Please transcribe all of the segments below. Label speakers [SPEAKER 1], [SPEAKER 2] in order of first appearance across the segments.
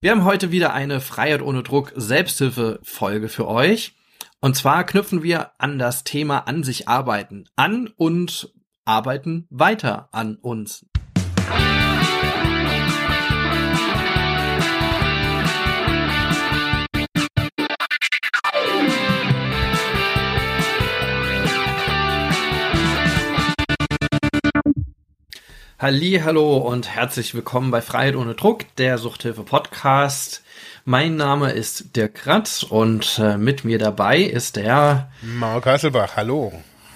[SPEAKER 1] Wir haben heute wieder eine Freiheit ohne Druck Selbsthilfe-Folge für euch. Und zwar knüpfen wir an das Thema an sich arbeiten an und arbeiten weiter an uns. Hallo und herzlich willkommen bei Freiheit ohne Druck, der Suchthilfe-Podcast. Mein Name ist Dirk Kratz und mit mir dabei ist der
[SPEAKER 2] Marc Hasselbach. Hallo.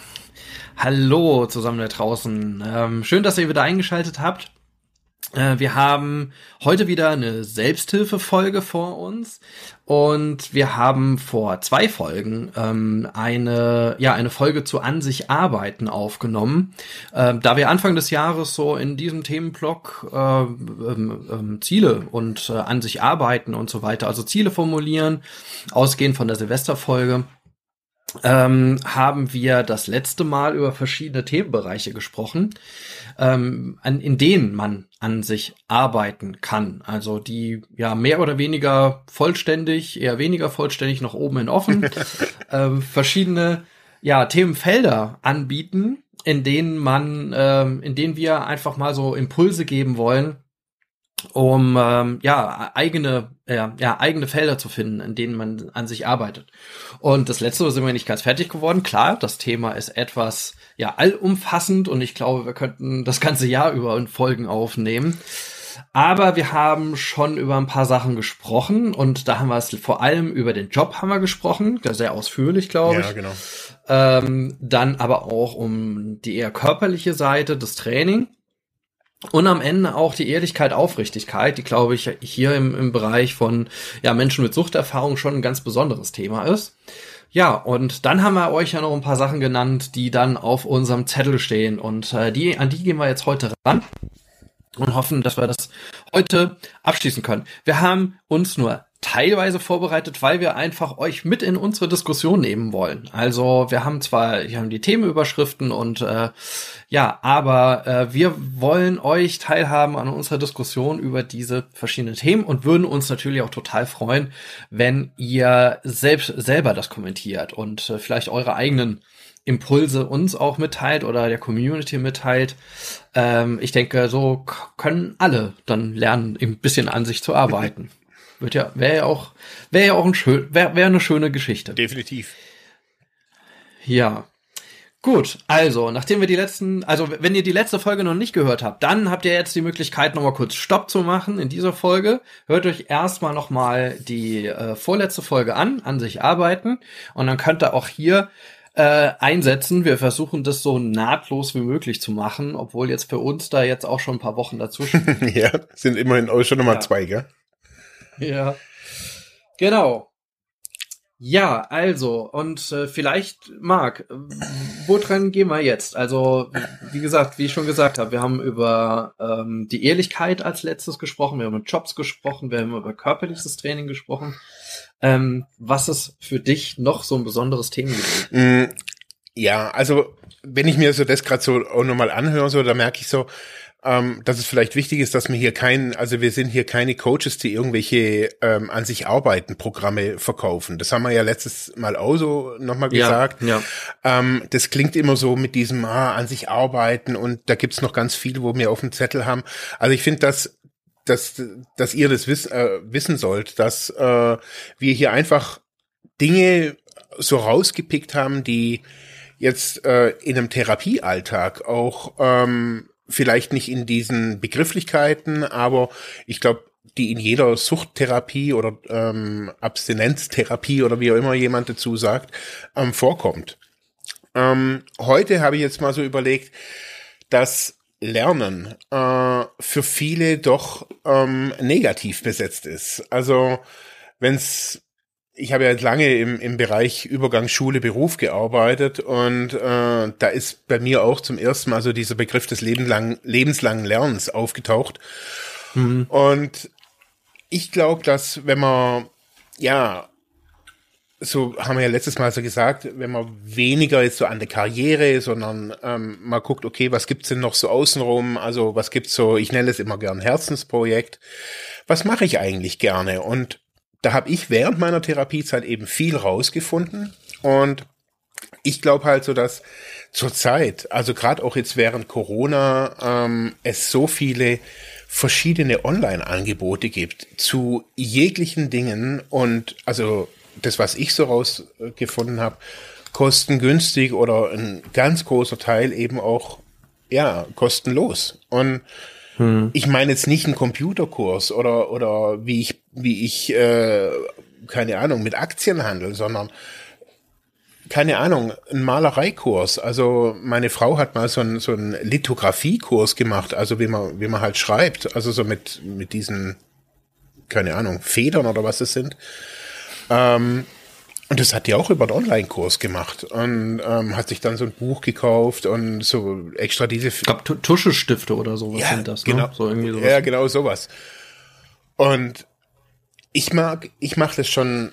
[SPEAKER 1] Hallo zusammen da draußen. Schön, dass ihr wieder eingeschaltet habt. Wir haben heute wieder eine Selbsthilfe-Folge vor uns und wir haben vor 2 Folgen eine Folge zu an sich arbeiten aufgenommen. Da wir Anfang des Jahres so in diesem Themenblock Ziele und an sich arbeiten und so weiter, also Ziele formulieren, ausgehend von der Silvesterfolge, haben wir das letzte Mal über verschiedene Themenbereiche gesprochen, in denen man an sich arbeiten kann. Also die ja mehr oder weniger vollständig, eher weniger vollständig, nach oben hin offen, verschiedene Themenfelder anbieten, in denen wir einfach mal so Impulse geben wollen, um eigene Felder zu finden, in denen man an sich arbeitet. Und das letzte sind wir nicht ganz fertig geworden. Klar, das Thema ist etwas allumfassend und ich glaube, wir könnten das ganze Jahr über in Folgen aufnehmen. Aber wir haben schon über ein paar Sachen gesprochen und da haben wir es vor allem über den Job haben wir gesprochen, sehr ausführlich, glaube ich.
[SPEAKER 2] Ja, genau.
[SPEAKER 1] Dann aber auch um die eher körperliche Seite des Trainings. Und am Ende auch die Ehrlichkeit, Aufrichtigkeit, die, glaube ich, hier im Bereich von Menschen mit Suchterfahrung schon ein ganz besonderes Thema ist. Ja, und dann haben wir euch ja noch ein paar Sachen genannt, die dann auf unserem Zettel stehen. Und an die gehen wir jetzt heute ran und hoffen, dass wir das heute abschließen können. Wir haben uns nur teilweise vorbereitet, weil wir einfach euch mit in unsere Diskussion nehmen wollen. Also wir haben die Themenüberschriften und aber wir wollen euch teilhaben an unserer Diskussion über diese verschiedenen Themen und würden uns natürlich auch total freuen, wenn ihr selber das kommentiert und vielleicht eure eigenen Impulse uns auch mitteilt oder der Community mitteilt. Ich denke, so können alle dann lernen, ein bisschen an sich zu arbeiten. Wäre eine schöne Geschichte.
[SPEAKER 2] Definitiv.
[SPEAKER 1] Ja. Gut, also, wenn ihr die letzte Folge noch nicht gehört habt, dann habt ihr jetzt die Möglichkeit, nochmal kurz Stopp zu machen in dieser Folge. Hört euch erstmal nochmal die vorletzte Folge an sich arbeiten und dann könnt ihr auch hier einsetzen. Wir versuchen das so nahtlos wie möglich zu machen, obwohl jetzt für uns da jetzt auch schon ein paar Wochen dazwischen.
[SPEAKER 2] Ja, sind immerhin auch schon nochmal 2, gell?
[SPEAKER 1] Ja, genau. Ja, also, und vielleicht, Marc, woran gehen wir jetzt? Also, wie ich schon gesagt habe, wir haben über die Ehrlichkeit als letztes gesprochen, wir haben über Jobs gesprochen, wir haben über körperliches Training gesprochen. Was ist für dich noch so ein besonderes Thema gewesen?
[SPEAKER 2] Ja, also, wenn ich mir so das gerade so auch nochmal anhöre, so, da merke ich so, dass es vielleicht wichtig ist, dass wir wir sind hier keine Coaches, die irgendwelche an sich arbeiten Programme verkaufen. Das haben wir ja letztes Mal auch so nochmal gesagt.
[SPEAKER 1] Ja.
[SPEAKER 2] Das klingt immer so mit diesem an sich arbeiten und da gibt's noch ganz viel, wo wir auf dem Zettel haben. Also ich finde, dass ihr das wissen sollt, dass wir hier Dinge so rausgepickt haben, die jetzt in einem Therapiealltag auch vielleicht nicht in diesen Begrifflichkeiten, aber ich glaube, die in jeder Suchttherapie oder Abstinenztherapie oder wie auch immer jemand dazu sagt, vorkommt. Heute habe ich jetzt mal so überlegt, dass Lernen für viele doch negativ besetzt ist. Also ich habe ja jetzt lange im Bereich Übergang Schule-Beruf gearbeitet und da ist bei mir auch zum ersten Mal so dieser Begriff des lebenslangen Lernens aufgetaucht. Mhm. Und ich glaube, dass wenn man so haben wir ja letztes Mal so gesagt, wenn man weniger jetzt so an der Karriere, sondern mal guckt, okay, was gibt's denn noch so außenrum? Also was gibt's so, ich nenne es immer gern Herzensprojekt. Was mache ich eigentlich gerne? Und da habe ich während meiner Therapiezeit eben viel rausgefunden. Und ich glaube halt so, dass zurzeit, also gerade auch jetzt während Corona, es so viele verschiedene Online-Angebote gibt zu jeglichen Dingen und also das, was ich so rausgefunden habe, kostengünstig oder ein ganz großer Teil eben auch, ja, kostenlos. Und ich meine jetzt nicht einen Computerkurs oder wie ich keine Ahnung, mit Aktien handle, sondern keine Ahnung, ein Malereikurs. Also meine Frau hat mal so einen Lithografiekurs gemacht, also wie man halt schreibt, also so mit diesen, keine Ahnung, Federn oder was es sind. Und das hat die auch über einen Online-Kurs gemacht und hat sich dann so ein Buch gekauft und so extra diese...
[SPEAKER 1] Ich glaube, Tuschestifte oder sowas sind das,
[SPEAKER 2] genau,
[SPEAKER 1] ne? So irgendwie sowas.
[SPEAKER 2] Ja, genau, sowas. Und ich mache das schon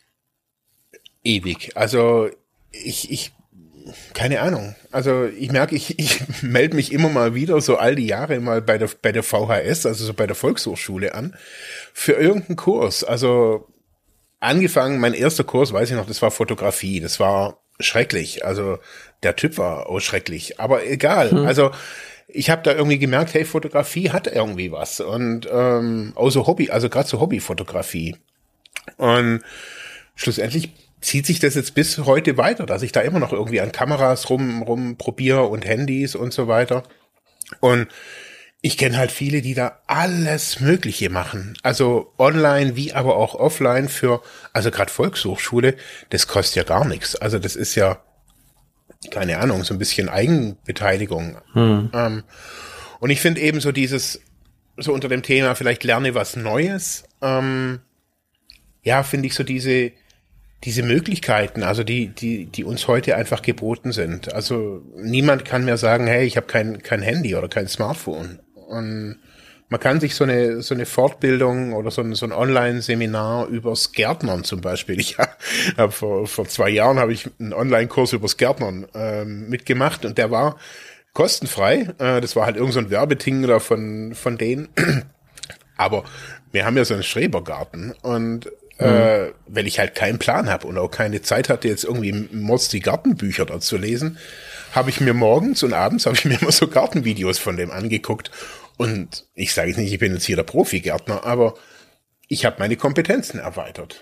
[SPEAKER 2] ewig. Also ich keine Ahnung. Also ich merke, ich melde mich immer mal wieder, so all die Jahre mal bei der VHS, also so bei der Volkshochschule an, für irgendeinen Kurs. Also angefangen, mein erster Kurs, weiß ich noch, das war Fotografie. Das war schrecklich. Also der Typ war auch schrecklich. Aber egal. Also ich habe da irgendwie gemerkt, hey, Fotografie hat irgendwie was. Und auch so Hobby, also gerade so Hobbyfotografie. Und schlussendlich zieht sich das jetzt bis heute weiter, dass ich da immer noch irgendwie an Kameras rumprobiere und Handys und so weiter. Und ich kenne halt viele, die da alles Mögliche machen. Also online wie aber auch offline also gerade Volkshochschule, das kostet ja gar nichts. Also das ist ja, keine Ahnung, so ein bisschen Eigenbeteiligung. Und ich finde eben so dieses, so unter dem Thema vielleicht lerne was Neues, ja, finde ich so diese Möglichkeiten, also die uns heute einfach geboten sind. Also niemand kann mir sagen, hey, ich habe kein Handy oder kein Smartphone. Und man kann sich so eine Fortbildung oder so ein Online-Seminar übers Gärtnern zum Beispiel. Ich habe vor 2 Jahren habe ich einen Online-Kurs übers Gärtnern mitgemacht und der war kostenfrei. Das war halt irgend so ein Werbeding da von denen. Aber wir haben ja so einen Schrebergarten und weil ich halt keinen Plan habe und auch keine Zeit hatte, jetzt irgendwie mords die Gartenbücher da zu lesen, habe ich mir morgens und abends immer so Gartenvideos von dem angeguckt. Und ich sage jetzt nicht, ich bin jetzt hier der Profi-Gärtner, aber ich habe meine Kompetenzen erweitert.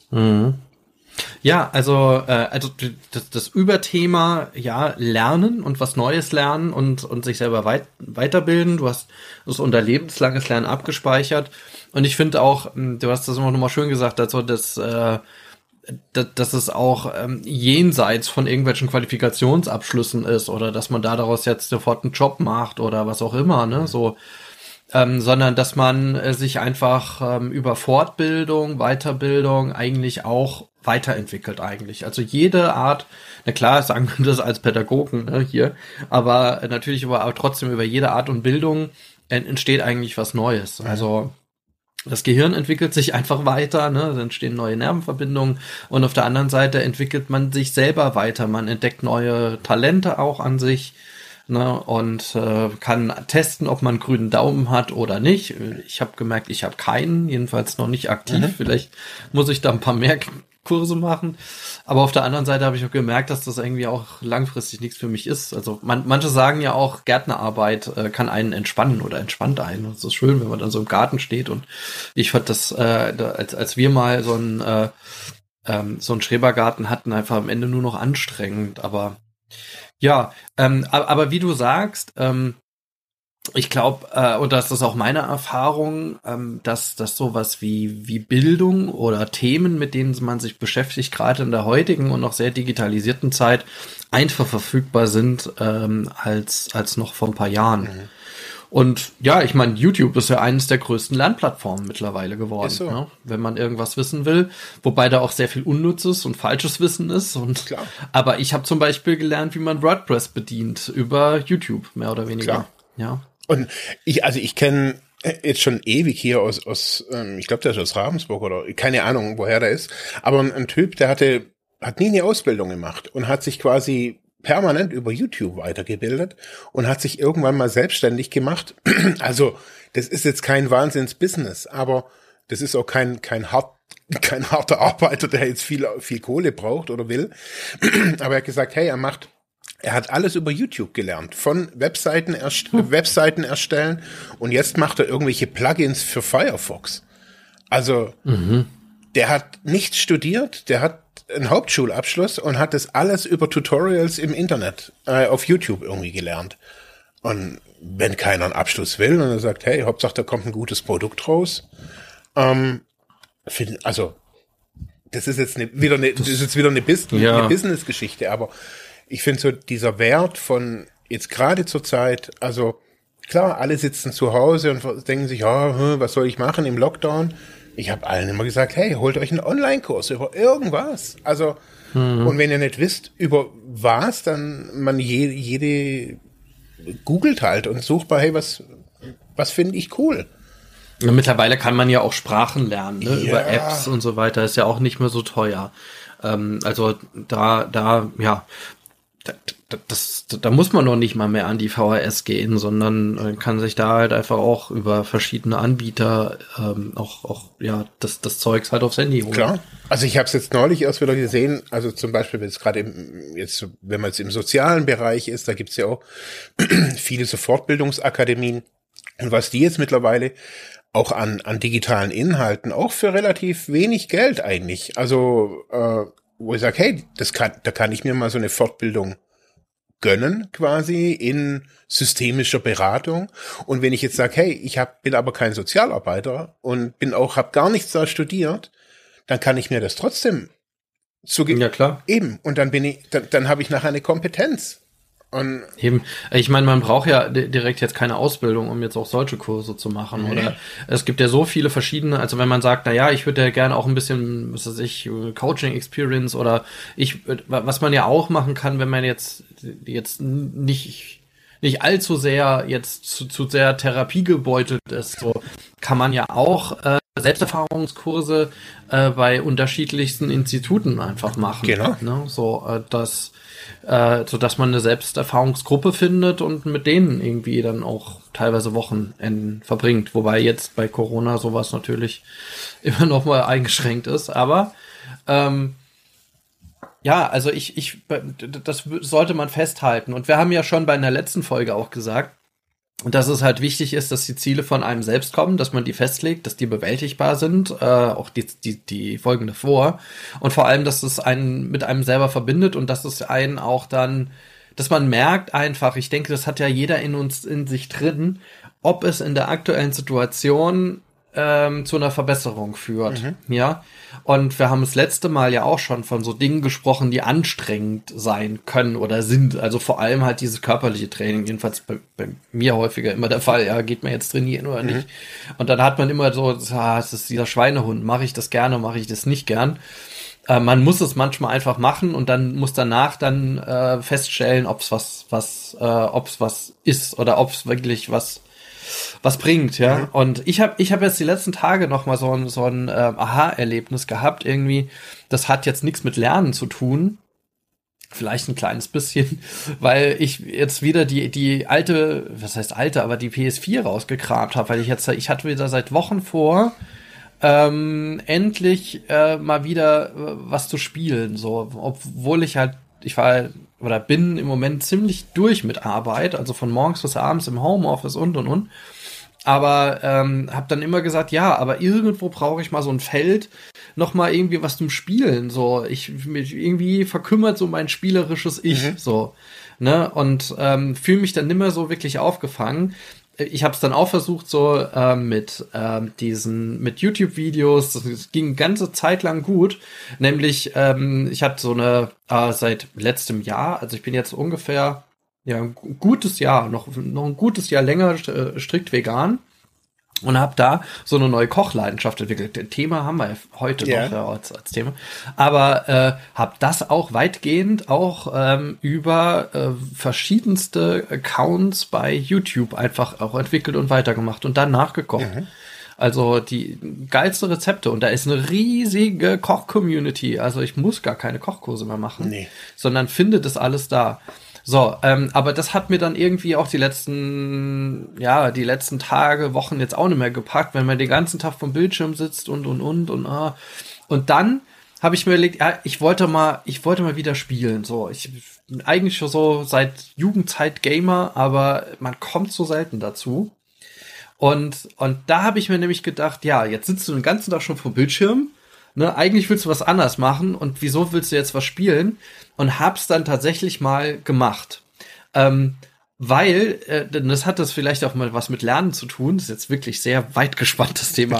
[SPEAKER 1] Ja, also das Überthema, ja, lernen und was Neues lernen und sich selber weiterbilden. Du hast das unter lebenslanges Lernen abgespeichert. Und ich finde auch, du hast das immer noch mal schön gesagt, also dass es auch jenseits von irgendwelchen Qualifikationsabschlüssen ist oder dass man daraus jetzt sofort einen Job macht oder was auch immer, ne, so, sondern dass man sich einfach über Fortbildung, Weiterbildung eigentlich auch weiterentwickelt eigentlich. Also jede Art, na klar, sagen wir das als Pädagogen, ne, hier, aber natürlich aber trotzdem über jede Art und Bildung entsteht eigentlich was Neues. Also das Gehirn entwickelt sich einfach weiter, ne? Dann entstehen neue Nervenverbindungen und auf der anderen Seite entwickelt man sich selber weiter. Man entdeckt neue Talente auch an sich, ne? Und kann testen, ob man einen grünen Daumen hat oder nicht. Ich habe gemerkt, ich habe keinen, jedenfalls noch nicht aktiv. Vielleicht muss ich da ein paar mehr Kurse machen. Aber auf der anderen Seite habe ich auch gemerkt, dass das irgendwie auch langfristig nichts für mich ist. Also manche sagen ja auch, Gärtnerarbeit kann einen entspannen oder entspannt einen. Und es ist schön, wenn man dann so im Garten steht. Und ich fand das, als wir mal so einen Schrebergarten hatten, einfach am Ende nur noch anstrengend. Aber ja, aber wie du sagst, ich glaube, und das ist auch meine Erfahrung, dass sowas wie Bildung oder Themen, mit denen man sich beschäftigt, gerade in der heutigen und noch sehr digitalisierten Zeit, einfach verfügbar sind als noch vor ein paar Jahren. Und ja, ich meine, YouTube ist ja eines der größten Lernplattformen mittlerweile geworden,
[SPEAKER 2] Ist so.
[SPEAKER 1] ne? Wenn man irgendwas wissen will, wobei da auch sehr viel unnützes und falsches Wissen ist. Und
[SPEAKER 2] Klar.
[SPEAKER 1] aber ich habe zum Beispiel gelernt, wie man WordPress bedient über YouTube, mehr oder weniger.
[SPEAKER 2] Klar.
[SPEAKER 1] Ja.
[SPEAKER 2] Und ich kenne jetzt schon ewig hier aus ich glaube, der ist aus Ravensburg oder keine Ahnung, woher der ist. Aber ein Typ, der hat nie eine Ausbildung gemacht und hat sich quasi permanent über YouTube weitergebildet und hat sich irgendwann mal selbstständig gemacht. Also, das ist jetzt kein Wahnsinns-Business, aber das ist auch kein harter Arbeiter, der jetzt viel Kohle braucht oder will. Aber er hat gesagt, hey, er hat alles über YouTube gelernt, von Webseiten erstellen und jetzt macht er irgendwelche Plugins für Firefox. Also, der hat nichts studiert, der hat einen Hauptschulabschluss und hat das alles über Tutorials im Internet auf YouTube irgendwie gelernt. Und wenn keiner einen Abschluss will und er sagt, hey, Hauptsache da kommt ein gutes Produkt raus, also das ist jetzt wieder eine Business-Geschichte, aber ich finde so dieser Wert von jetzt gerade zur Zeit, also klar, alle sitzen zu Hause und denken sich, was soll ich machen im Lockdown? Ich habe allen immer gesagt, hey, holt euch einen Online-Kurs über irgendwas. Also, und wenn ihr nicht wisst, über was, dann man jede googelt halt und sucht mal, hey, was finde ich cool?
[SPEAKER 1] Ja, mittlerweile kann man ja auch Sprachen lernen, ne? Ja. Über Apps und so weiter, ist ja auch nicht mehr so teuer. Also da muss man noch nicht mal mehr an die VHS gehen, sondern kann sich da halt einfach auch über verschiedene Anbieter das Zeugs halt aufs Handy holen.
[SPEAKER 2] Klar. Also ich habe es jetzt neulich erst wieder gesehen, also zum Beispiel, wenn man jetzt im sozialen Bereich ist, da gibt's ja auch viele so Fortbildungsakademien und was die jetzt mittlerweile auch an digitalen Inhalten, auch für relativ wenig Geld eigentlich, also wo ich sage, hey, da kann ich mir mal so eine Fortbildung gönnen, quasi in systemischer Beratung. Und wenn ich jetzt sage, hey, bin aber kein Sozialarbeiter und habe gar nichts da studiert, dann kann ich mir das trotzdem zugeben.
[SPEAKER 1] Ja, klar.
[SPEAKER 2] Eben. Und dann habe ich nachher eine Kompetenz. Und
[SPEAKER 1] eben, ich meine, man braucht ja direkt jetzt keine Ausbildung, um jetzt auch solche Kurse zu machen. Nee. Oder es gibt ja so viele verschiedene, also wenn man sagt, ich würde ja gerne auch ein bisschen, Coaching-Experience oder was man ja auch machen kann, wenn man jetzt nicht allzu sehr jetzt zu sehr therapiegebeutelt ist, so kann man ja auch Selbsterfahrungskurse bei unterschiedlichsten Instituten einfach machen.
[SPEAKER 2] Genau.
[SPEAKER 1] Ne? So dass man eine Selbsterfahrungsgruppe findet und mit denen irgendwie dann auch teilweise Wochenenden verbringt. Wobei jetzt bei Corona sowas natürlich immer noch mal eingeschränkt ist. Aber also das sollte man festhalten. Und wir haben ja schon bei einer letzten Folge auch gesagt, dass es halt wichtig ist, dass die Ziele von einem selbst kommen, dass man die festlegt, dass die bewältigbar sind, auch die Folgen davor. Und vor allem, dass es einen mit einem selber verbindet und dass es einen auch dann, dass man merkt einfach, ich denke, das hat ja jeder in sich drin, ob es in der aktuellen Situation zu einer Verbesserung führt. Ja. Und wir haben das letzte Mal ja auch schon von so Dingen gesprochen, die anstrengend sein können oder sind. Also vor allem halt dieses körperliche Training, jedenfalls bei mir häufiger immer der Fall. Ja, geht man jetzt trainieren oder nicht? Und dann hat man immer so, es ist dieser Schweinehund. Mache ich das gerne, mache ich das nicht gern? Man muss es manchmal einfach machen und dann muss danach dann feststellen, ob es was ist oder ob es wirklich was bringt, ja. Und ich hab jetzt die letzten Tage noch mal so ein Aha-Erlebnis gehabt, irgendwie. Das hat jetzt nichts mit Lernen zu tun. Vielleicht ein kleines bisschen, weil ich jetzt wieder die alte, was heißt alte, aber die PS4 rausgekramt habe, weil ich hatte wieder seit Wochen vor, endlich mal wieder was zu spielen, so, obwohl ich bin im Moment ziemlich durch mit Arbeit, also von morgens bis abends im Homeoffice und. Aber habe dann immer gesagt, ja, aber irgendwo brauche ich mal so ein Feld, noch mal irgendwie was zum Spielen. So, mich irgendwie verkümmert so mein spielerisches Ich, so, ne? Und fühle mich dann nimmer so wirklich aufgefangen. Ich habe es dann auch versucht, so mit YouTube-Videos. Das ging eine ganze Zeit lang gut. Nämlich, ich hatte so eine seit letztem Jahr, also ich bin jetzt ungefähr ein gutes Jahr, noch ein gutes Jahr länger strikt vegan. Und habe da so eine neue Kochleidenschaft entwickelt. Das Thema haben wir ja heute noch als Thema. Aber habe das auch weitgehend auch über verschiedenste Accounts bei YouTube einfach auch entwickelt und weitergemacht und dann nachgekocht. Also die geilste Rezepte. Und da ist eine riesige Koch-Community. Also ich muss gar keine Kochkurse mehr machen, sondern finde das alles da. So, aber das hat mir dann irgendwie auch die letzten Tage, Wochen jetzt auch nicht mehr gepackt, wenn man den ganzen Tag vom Bildschirm sitzt und. Und dann habe ich mir überlegt, ja, ich wollte mal wieder spielen. So, ich bin eigentlich schon so seit Jugendzeit Gamer, aber man kommt so selten dazu. Und da habe ich mir nämlich gedacht, ja, jetzt sitzt du den ganzen Tag schon vor Bildschirm. Ne, eigentlich willst du was anders machen und wieso willst du jetzt was spielen? Und hab's dann tatsächlich mal gemacht. Weil, das hat das vielleicht auch mal was mit Lernen zu tun, das ist jetzt wirklich sehr weit gespanntes Thema,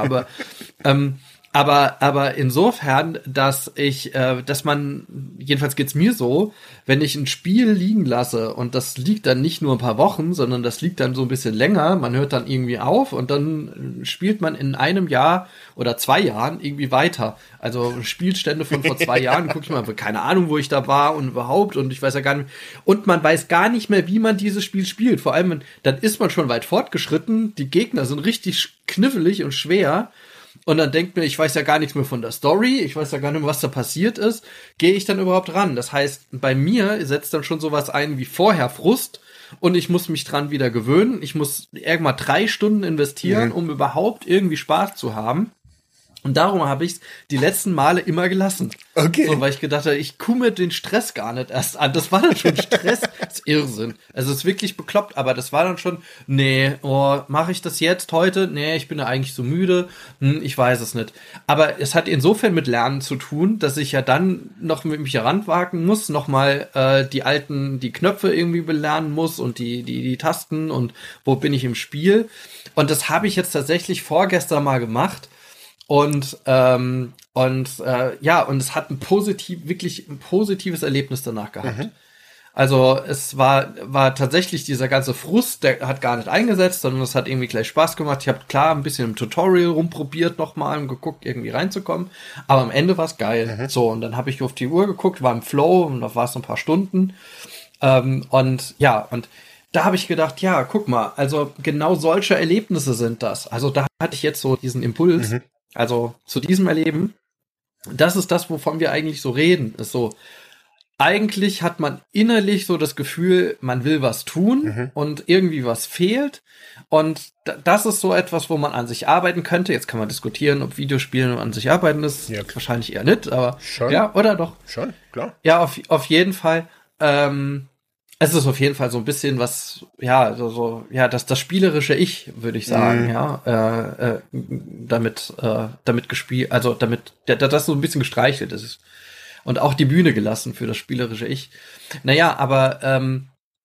[SPEAKER 1] aber insofern, dass man, jedenfalls geht's mir so, wenn ich ein Spiel liegen lasse und das liegt dann nicht nur ein paar Wochen, sondern das liegt dann so ein bisschen länger, man hört dann irgendwie auf und dann spielt man in einem Jahr oder 2 Jahren irgendwie weiter. Also Spielstände von vor 2 Jahren, guck ich mal, keine Ahnung, wo ich da war und überhaupt und ich weiß ja gar nicht, und man weiß gar nicht mehr, wie man dieses Spiel spielt. Vor allem, dann ist man schon weit fortgeschritten, die Gegner sind richtig knifflig und schwer. Und dann denkt mir, ich weiß ja gar nichts mehr von der Story, ich weiß ja gar nicht mehr, was da passiert ist, gehe ich dann überhaupt ran? Das heißt, bei mir setzt dann schon sowas ein wie vorher Frust und ich muss mich dran wieder gewöhnen. Ich muss irgendwann 3 Stunden investieren, um überhaupt irgendwie Spaß zu haben. Und darum habe ich es die letzten Male immer gelassen.
[SPEAKER 2] Okay.
[SPEAKER 1] So, weil ich gedacht habe, ich kuh mir den Stress gar nicht erst an. Das war dann schon Stress. Das ist Irrsinn. Also es ist wirklich bekloppt, aber das war dann schon, mache ich das jetzt heute? Nee, ich bin ja eigentlich so müde. Ich weiß es nicht. Aber es hat insofern mit Lernen zu tun, dass ich ja dann noch mit mich heranwagen muss, nochmal die Knöpfe irgendwie belernen muss und die Tasten und wo bin ich im Spiel. Und das habe ich jetzt tatsächlich vorgestern mal gemacht. Und es hat wirklich ein positives Erlebnis danach gehabt. Also es war tatsächlich dieser ganze Frust, der hat gar nicht eingesetzt, sondern es hat irgendwie gleich Spaß gemacht. Ich habe klar ein bisschen im Tutorial rumprobiert nochmal und geguckt, irgendwie reinzukommen. Aber am Ende war es geil. So, und dann habe ich auf die Uhr geguckt, war im Flow und da war es ein paar Stunden. Und da habe ich gedacht, ja, guck mal, also genau solche Erlebnisse sind das. Also da hatte ich jetzt so diesen Impuls. Also zu diesem Erleben, das ist das, wovon wir eigentlich so reden. Ist so, eigentlich hat man innerlich so das Gefühl, man will was tun und irgendwie was fehlt. Und das ist so etwas, wo man an sich arbeiten könnte. Jetzt kann man diskutieren, ob Videospielen an sich arbeiten ist. Ja. Wahrscheinlich eher nicht, aber
[SPEAKER 2] schon.
[SPEAKER 1] Ja, oder doch?
[SPEAKER 2] Schon, klar.
[SPEAKER 1] Ja, auf jeden Fall. Es ist auf jeden Fall so ein bisschen was, das spielerische Ich, würde ich sagen, damit gespielt, also damit das so ein bisschen gestreichelt ist und auch die Bühne gelassen für das spielerische Ich. Naja, aber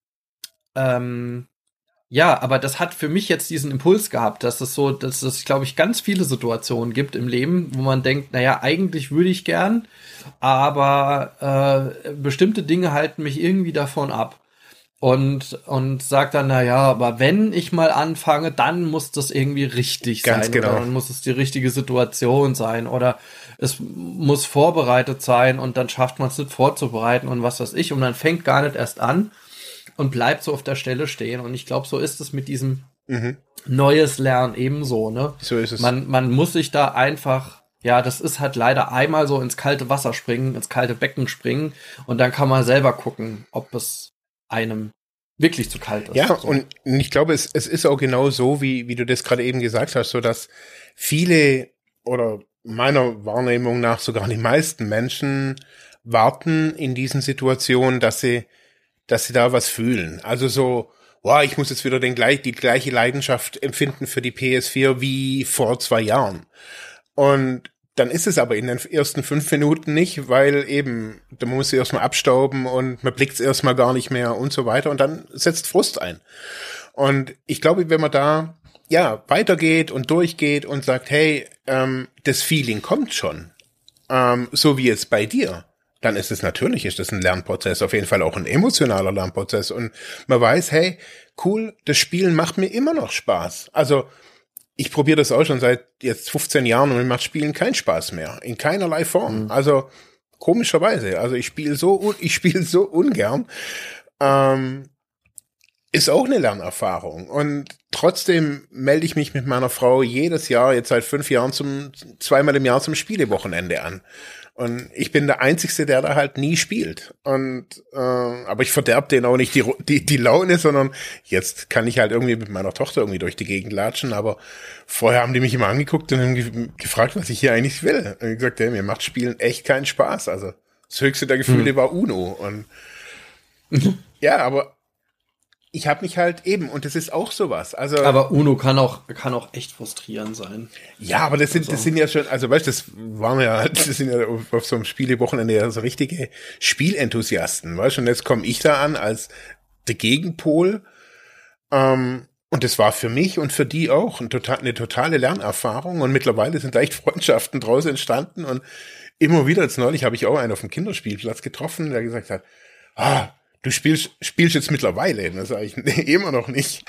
[SPEAKER 1] aber das hat für mich jetzt diesen Impuls gehabt, dass es, glaube ich, ganz viele Situationen gibt im Leben, wo man denkt, naja, eigentlich würde ich gern, aber bestimmte Dinge halten mich irgendwie davon ab. Und sagt dann, naja, aber wenn ich mal anfange, dann muss das irgendwie richtig
[SPEAKER 2] Ganz
[SPEAKER 1] sein.
[SPEAKER 2] genau.
[SPEAKER 1] Oder dann muss es die richtige Situation sein. Oder es muss vorbereitet sein und dann schafft man es nicht vorzubereiten und was weiß ich. Und man fängt gar nicht erst an und bleibt so auf der Stelle stehen. Und ich glaube, so ist es mit diesem neues Lernen ebenso, ne?
[SPEAKER 2] So ist es.
[SPEAKER 1] Man muss sich da einfach, das ist halt leider einmal so ins kalte Wasser springen, ins kalte Becken springen und dann kann man selber gucken, ob es einem wirklich zu kalt ist.
[SPEAKER 2] Ja, so. Und ich glaube, es ist auch genau so, wie du das gerade eben gesagt hast, so dass viele oder meiner Wahrnehmung nach sogar die meisten Menschen warten in diesen Situationen, dass sie da was fühlen. Also so, ich muss jetzt wieder die gleiche Leidenschaft empfinden für die PS4 wie vor 2 Jahren. Und dann ist es aber in den ersten 5 Minuten nicht, weil eben, da muss sie erstmal abstauben und man blickt es erstmal gar nicht mehr und so weiter und dann setzt Frust ein. Und ich glaube, wenn man da weitergeht und durchgeht und sagt, hey, das Feeling kommt schon, so wie jetzt bei dir, dann ist das ein Lernprozess, auf jeden Fall auch ein emotionaler Lernprozess und man weiß, hey, cool, das Spielen macht mir immer noch Spaß. Also ich probiere das auch schon seit jetzt 15 Jahren und mir macht Spielen keinen Spaß mehr. In keinerlei Form. Also, komischerweise. Also, ich spiele so ungern. Ist auch eine Lernerfahrung. Und trotzdem melde ich mich mit meiner Frau jedes Jahr, jetzt seit 5 Jahren, zweimal im Jahr zum Spielewochenende an. Und ich bin der Einzige, der da halt nie spielt. Aber ich verderb denen auch nicht die Laune, sondern jetzt kann ich halt irgendwie mit meiner Tochter irgendwie durch die Gegend latschen. Aber vorher haben die mich immer angeguckt und haben gefragt, was ich hier eigentlich will. Und ich gesagt, hey, mir macht Spielen echt keinen Spaß. Also das höchste der Gefühle war Uno. Und ja, aber ich habe mich halt eben, und das ist auch sowas. Also,
[SPEAKER 1] aber Uno kann auch echt frustrierend sein.
[SPEAKER 2] Ja, aber das sind ja schon, also weißt du, das sind ja auf so einem Spielewochenende ja so richtige Spielenthusiasten, weißt du, und jetzt komme ich da an als der Gegenpol, und das war für mich und für die auch eine totale Lernerfahrung, und mittlerweile sind da echt Freundschaften draus entstanden, und immer wieder, jetzt neulich habe ich auch einen auf dem Kinderspielplatz getroffen, der gesagt hat, du spielst jetzt mittlerweile. Da sage ich, nee, immer noch nicht.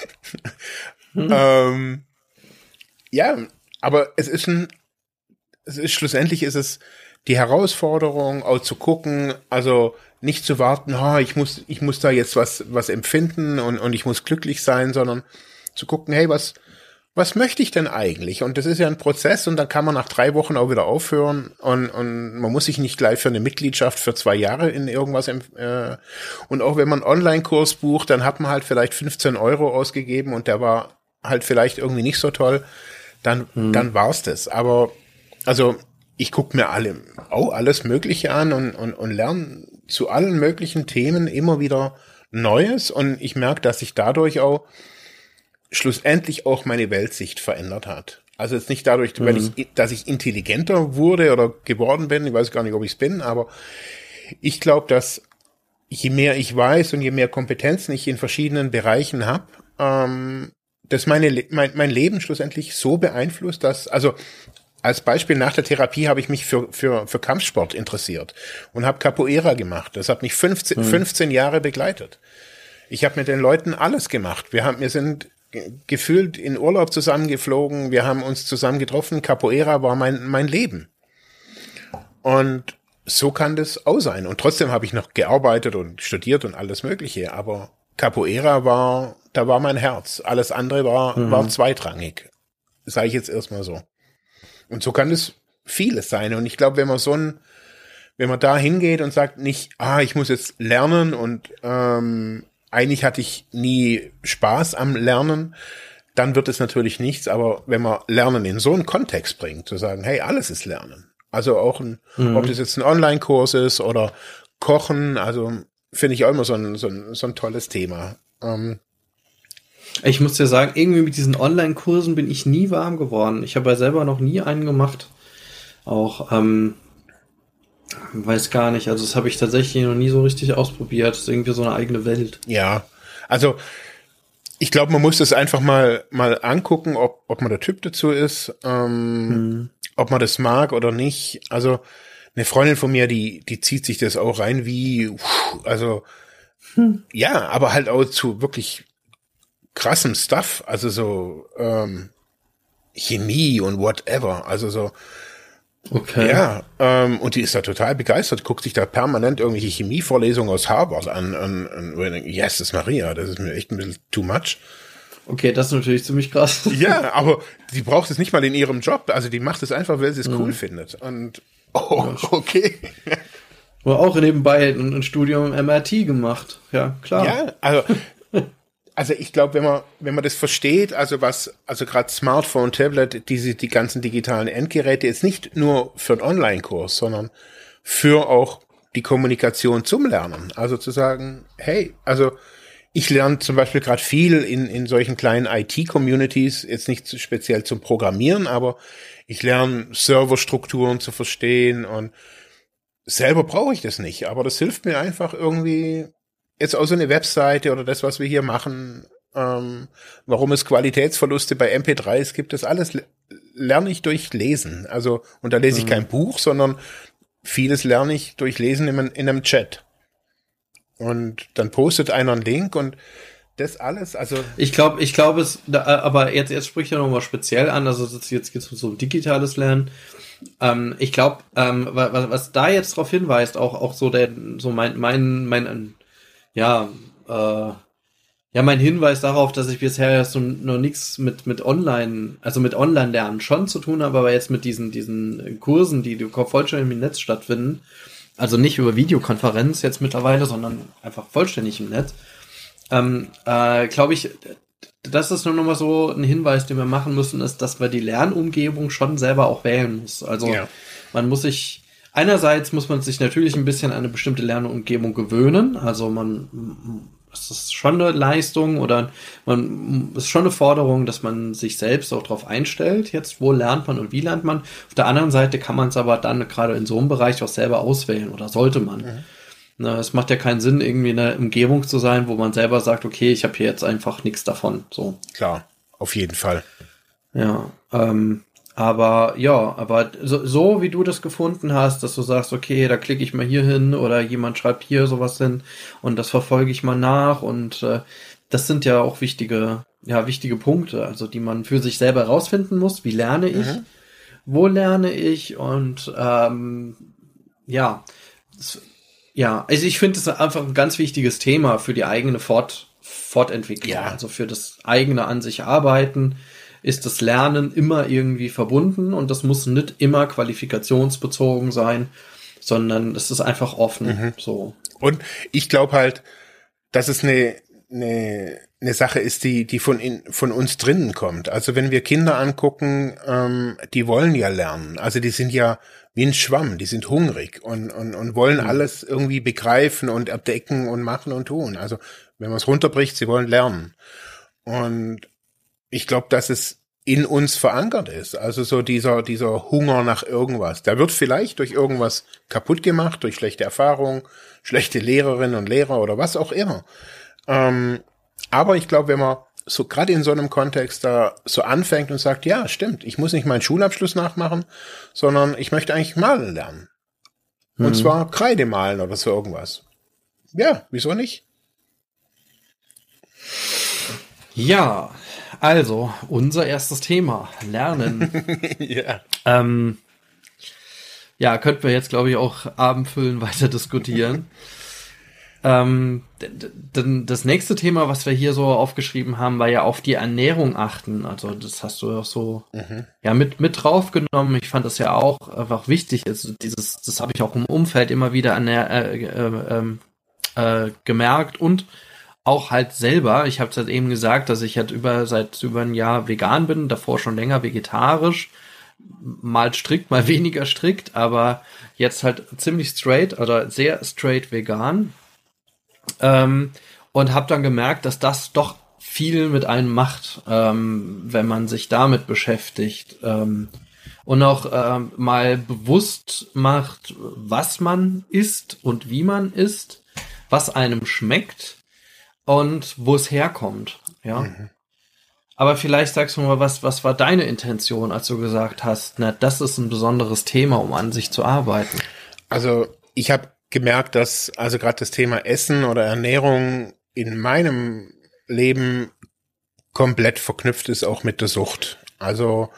[SPEAKER 2] Ja, aber schlussendlich ist es die Herausforderung, auch zu gucken, also nicht zu warten, ich muss da jetzt was empfinden und ich muss glücklich sein, sondern zu gucken, hey, was möchte ich denn eigentlich? Und das ist ja ein Prozess, und dann kann man nach 3 Wochen auch wieder aufhören, und man muss sich nicht gleich für eine Mitgliedschaft für 2 Jahre in irgendwas, und auch wenn man einen Online-Kurs bucht, dann hat man halt vielleicht 15 Euro ausgegeben und der war halt vielleicht irgendwie nicht so toll, dann war's das. Aber, also, ich gucke mir alles Mögliche an und lerne zu allen möglichen Themen immer wieder Neues, und ich merke, dass ich dadurch auch schlussendlich auch meine Weltsicht verändert hat. Also jetzt nicht dadurch, dass ich intelligenter wurde oder geworden bin, ich weiß gar nicht, ob ich es bin, aber ich glaube, dass je mehr ich weiß und je mehr Kompetenzen ich in verschiedenen Bereichen habe, das mein Leben schlussendlich so beeinflusst, dass, also als Beispiel, nach der Therapie habe ich mich für Kampfsport interessiert und habe Capoeira gemacht. Das hat mich 15 Jahre begleitet. Ich habe mit den Leuten alles gemacht. Wir sind gefühlt in Urlaub zusammengeflogen, wir haben uns zusammen getroffen, Capoeira war mein Leben. Und so kann das auch sein. Und trotzdem habe ich noch gearbeitet und studiert und alles Mögliche, aber Capoeira da war mein Herz. Alles andere war zweitrangig. Sage ich jetzt erstmal so. Und so kann es vieles sein. Und ich glaube, wenn man da hingeht und sagt nicht, ich muss jetzt lernen und eigentlich hatte ich nie Spaß am Lernen, dann wird es natürlich nichts, aber wenn man Lernen in so einen Kontext bringt, zu sagen, hey, alles ist Lernen. Also auch ob das jetzt ein Online-Kurs ist oder Kochen, also finde ich auch immer so ein tolles Thema.
[SPEAKER 1] Ich muss dir sagen, irgendwie mit diesen Online-Kursen bin ich nie warm geworden. Ich habe ja selber noch nie einen gemacht. Auch, weiß gar nicht. Also das habe ich tatsächlich noch nie so richtig ausprobiert. Das ist irgendwie so eine eigene Welt.
[SPEAKER 2] Ja, also ich glaube, man muss das einfach mal angucken, ob man der Typ dazu ist, ob man das mag oder nicht. Also eine Freundin von mir, die zieht sich das auch rein ja, aber halt auch zu wirklich krassem Stuff, also so Chemie und whatever, also so.
[SPEAKER 1] Okay.
[SPEAKER 2] Ja, und die ist da total begeistert, guckt sich da permanent irgendwelche Chemievorlesungen aus Harvard an und ich denke, Jesus Maria, das ist mir echt ein bisschen too much.
[SPEAKER 1] Okay, das ist natürlich ziemlich krass.
[SPEAKER 2] Ja, aber die braucht es nicht mal in ihrem Job, also die macht es einfach, weil sie es cool findet. Und, okay.
[SPEAKER 1] Oder auch nebenbei ein Studium im MIT gemacht, ja, klar.
[SPEAKER 2] Ja, also ich glaube, wenn man das versteht, also gerade Smartphone, Tablet, die ganzen digitalen Endgeräte, jetzt nicht nur für einen Online-Kurs, sondern für auch die Kommunikation zum Lernen. Also zu sagen, hey, also ich lerne zum Beispiel gerade viel in solchen kleinen IT-Communities, jetzt nicht speziell zum Programmieren, aber ich lerne Serverstrukturen zu verstehen, und selber brauche ich das nicht, aber das hilft mir einfach irgendwie. Jetzt auch so eine Webseite oder das, was wir hier machen, warum es Qualitätsverluste bei MP3s gibt, das alles lerne ich durch Lesen. Also, und da lese ich kein Buch, sondern vieles lerne ich durch Lesen in einem Chat. Und dann postet einer einen Link, und das alles? Also
[SPEAKER 1] ich glaube aber jetzt spricht er nochmal speziell an, also jetzt geht es um so digitales Lernen. Ich glaube, was da jetzt drauf hinweist, auch so mein Hinweis darauf, dass ich bisher so noch nichts mit Online-Lernen schon zu tun habe, aber jetzt mit diesen Kursen, die vollständig im Netz stattfinden, also nicht über Videokonferenz jetzt mittlerweile, sondern einfach vollständig im Netz, glaube ich, das ist nur noch mal so ein Hinweis, den wir machen müssen, ist, dass wir die Lernumgebung schon selber auch wählen muss. Also einerseits muss man sich natürlich ein bisschen an eine bestimmte Lernumgebung gewöhnen. Also es ist schon eine Leistung oder es ist schon eine Forderung, dass man sich selbst auch darauf einstellt, jetzt wo lernt man und wie lernt man. Auf der anderen Seite kann man es aber dann gerade in so einem Bereich auch selber auswählen oder sollte man. Mhm. Es macht ja keinen Sinn, irgendwie in einer Umgebung zu sein, wo man selber sagt, okay, ich habe hier jetzt einfach nichts davon. So.
[SPEAKER 2] Klar, auf jeden Fall.
[SPEAKER 1] Ja, aber so wie du das gefunden hast, dass du sagst, okay, da klicke ich mal hier hin oder jemand schreibt hier sowas hin und das verfolge ich mal nach und das sind ja auch wichtige Punkte, also die man für sich selber herausfinden muss. Wie lerne ich? Wo lerne ich? Und also ich finde es einfach ein ganz wichtiges Thema für die eigene Fortentwicklung, also für das eigene an sich Arbeiten ist das Lernen immer irgendwie verbunden und das muss nicht immer qualifikationsbezogen sein, sondern es ist einfach offen. So.
[SPEAKER 2] Und ich glaube halt, dass es eine Sache ist, die von uns drinnen kommt. Also wenn wir Kinder angucken, die wollen ja lernen. Also die sind ja wie ein Schwamm, die sind hungrig und wollen alles irgendwie begreifen und abdecken und machen und tun. Also wenn man es runterbricht, sie wollen lernen. Und ich glaube, dass es in uns verankert ist. Also so dieser Hunger nach irgendwas. Der wird vielleicht durch irgendwas kaputt gemacht, durch schlechte Erfahrungen, schlechte Lehrerinnen und Lehrer oder was auch immer. Aber ich glaube, wenn man so gerade in so einem Kontext da so anfängt und sagt, ja, stimmt, ich muss nicht meinen Schulabschluss nachmachen, sondern ich möchte eigentlich malen lernen. Und zwar Kreide malen oder so irgendwas. Ja, wieso nicht?
[SPEAKER 1] Ja, also unser erstes Thema, Lernen. Könnten wir jetzt, glaube ich, auch abendfüllend weiter diskutieren. Das nächste Thema, was wir hier so aufgeschrieben haben, war ja auf die Ernährung achten. Also das hast du auch so mit draufgenommen. Ich fand das ja auch einfach wichtig. Also das habe ich auch im Umfeld immer wieder gemerkt und auch halt selber. Ich habe es halt eben gesagt, dass ich halt seit über ein Jahr vegan bin, davor schon länger vegetarisch. Mal strikt, mal weniger strikt, aber jetzt halt ziemlich straight oder sehr straight vegan. Und habe dann gemerkt, dass das doch viel mit einem macht, wenn man sich damit beschäftigt und auch mal bewusst macht, was man isst und wie man isst, was einem schmeckt und wo es herkommt. Ja. Aber vielleicht sagst du mal, was war deine Intention, als du gesagt hast, na, das ist ein besonderes Thema, um an sich zu arbeiten?
[SPEAKER 2] Also ich habe gemerkt, dass also gerade das Thema Essen oder Ernährung in meinem Leben komplett verknüpft ist auch mit der Sucht. Also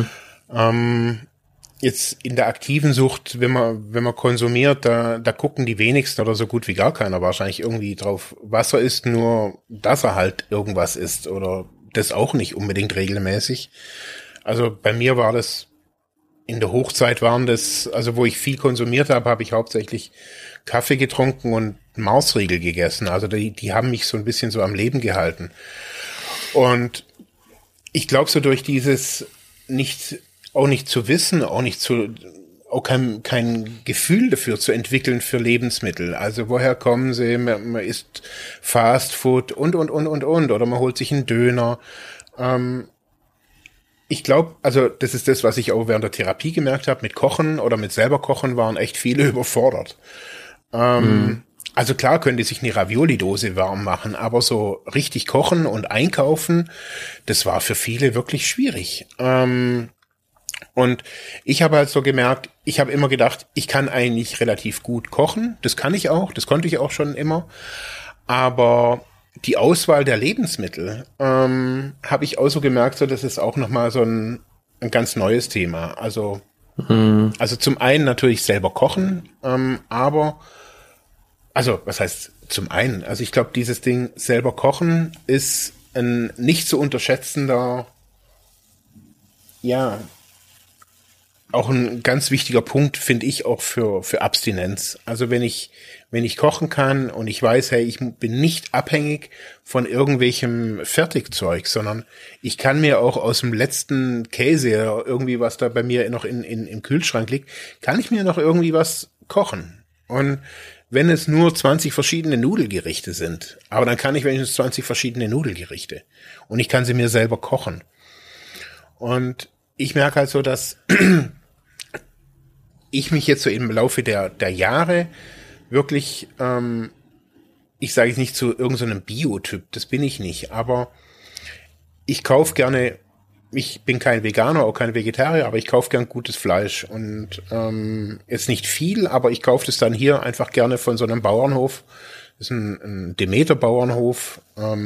[SPEAKER 2] jetzt in der aktiven Sucht, wenn man konsumiert, da gucken die wenigsten oder so gut wie gar keiner wahrscheinlich irgendwie drauf, was er isst, nur dass er halt irgendwas isst oder das auch nicht unbedingt regelmäßig. Also bei mir war das in der Hochzeit also wo ich viel konsumiert habe, habe ich hauptsächlich Kaffee getrunken und Marsriegel gegessen. Also die haben mich so ein bisschen so am Leben gehalten. Und ich glaube so durch dieses nicht zu wissen, auch kein Gefühl dafür zu entwickeln für Lebensmittel. Also woher kommen sie? Man isst Fast Food und. Oder man holt sich einen Döner. Ich glaube, also das ist das, was ich auch während der Therapie gemerkt habe, mit Kochen oder mit selber Kochen waren echt viele überfordert. Also klar können die sich eine Ravioli-Dose warm machen, aber so richtig kochen und einkaufen, das war für viele wirklich schwierig. Und ich habe halt so gemerkt, ich habe immer gedacht, ich kann eigentlich relativ gut kochen. Das kann ich auch, das konnte ich auch schon immer. Aber die Auswahl der Lebensmittel habe ich auch so gemerkt, so das ist auch nochmal so ein ganz neues Thema. Also zum einen natürlich selber kochen, aber also was heißt zum einen? Also ich glaube, dieses Ding selber kochen ist ein nicht zu unterschätzender, ja, auch ein ganz wichtiger Punkt, finde ich, auch für Abstinenz. Also wenn ich kochen kann und ich weiß, hey, ich bin nicht abhängig von irgendwelchem Fertigzeug, sondern ich kann mir auch aus dem letzten Käse oder irgendwie, was da bei mir noch im Kühlschrank liegt, kann ich mir noch irgendwie was kochen. Und wenn es nur 20 verschiedene Nudelgerichte sind, aber dann kann ich wenigstens 20 verschiedene Nudelgerichte und ich kann sie mir selber kochen. Und ich merke halt so, dass ich mich jetzt so im Laufe der Jahre wirklich, ich sage jetzt nicht zu irgendeinem Biotyp, das bin ich nicht, aber ich kaufe gerne, ich bin kein Veganer, auch kein Vegetarier, aber ich kaufe gern gutes Fleisch und jetzt nicht viel, aber ich kaufe das dann hier einfach gerne von so einem Bauernhof. Das ist ein Demeter-Bauernhof,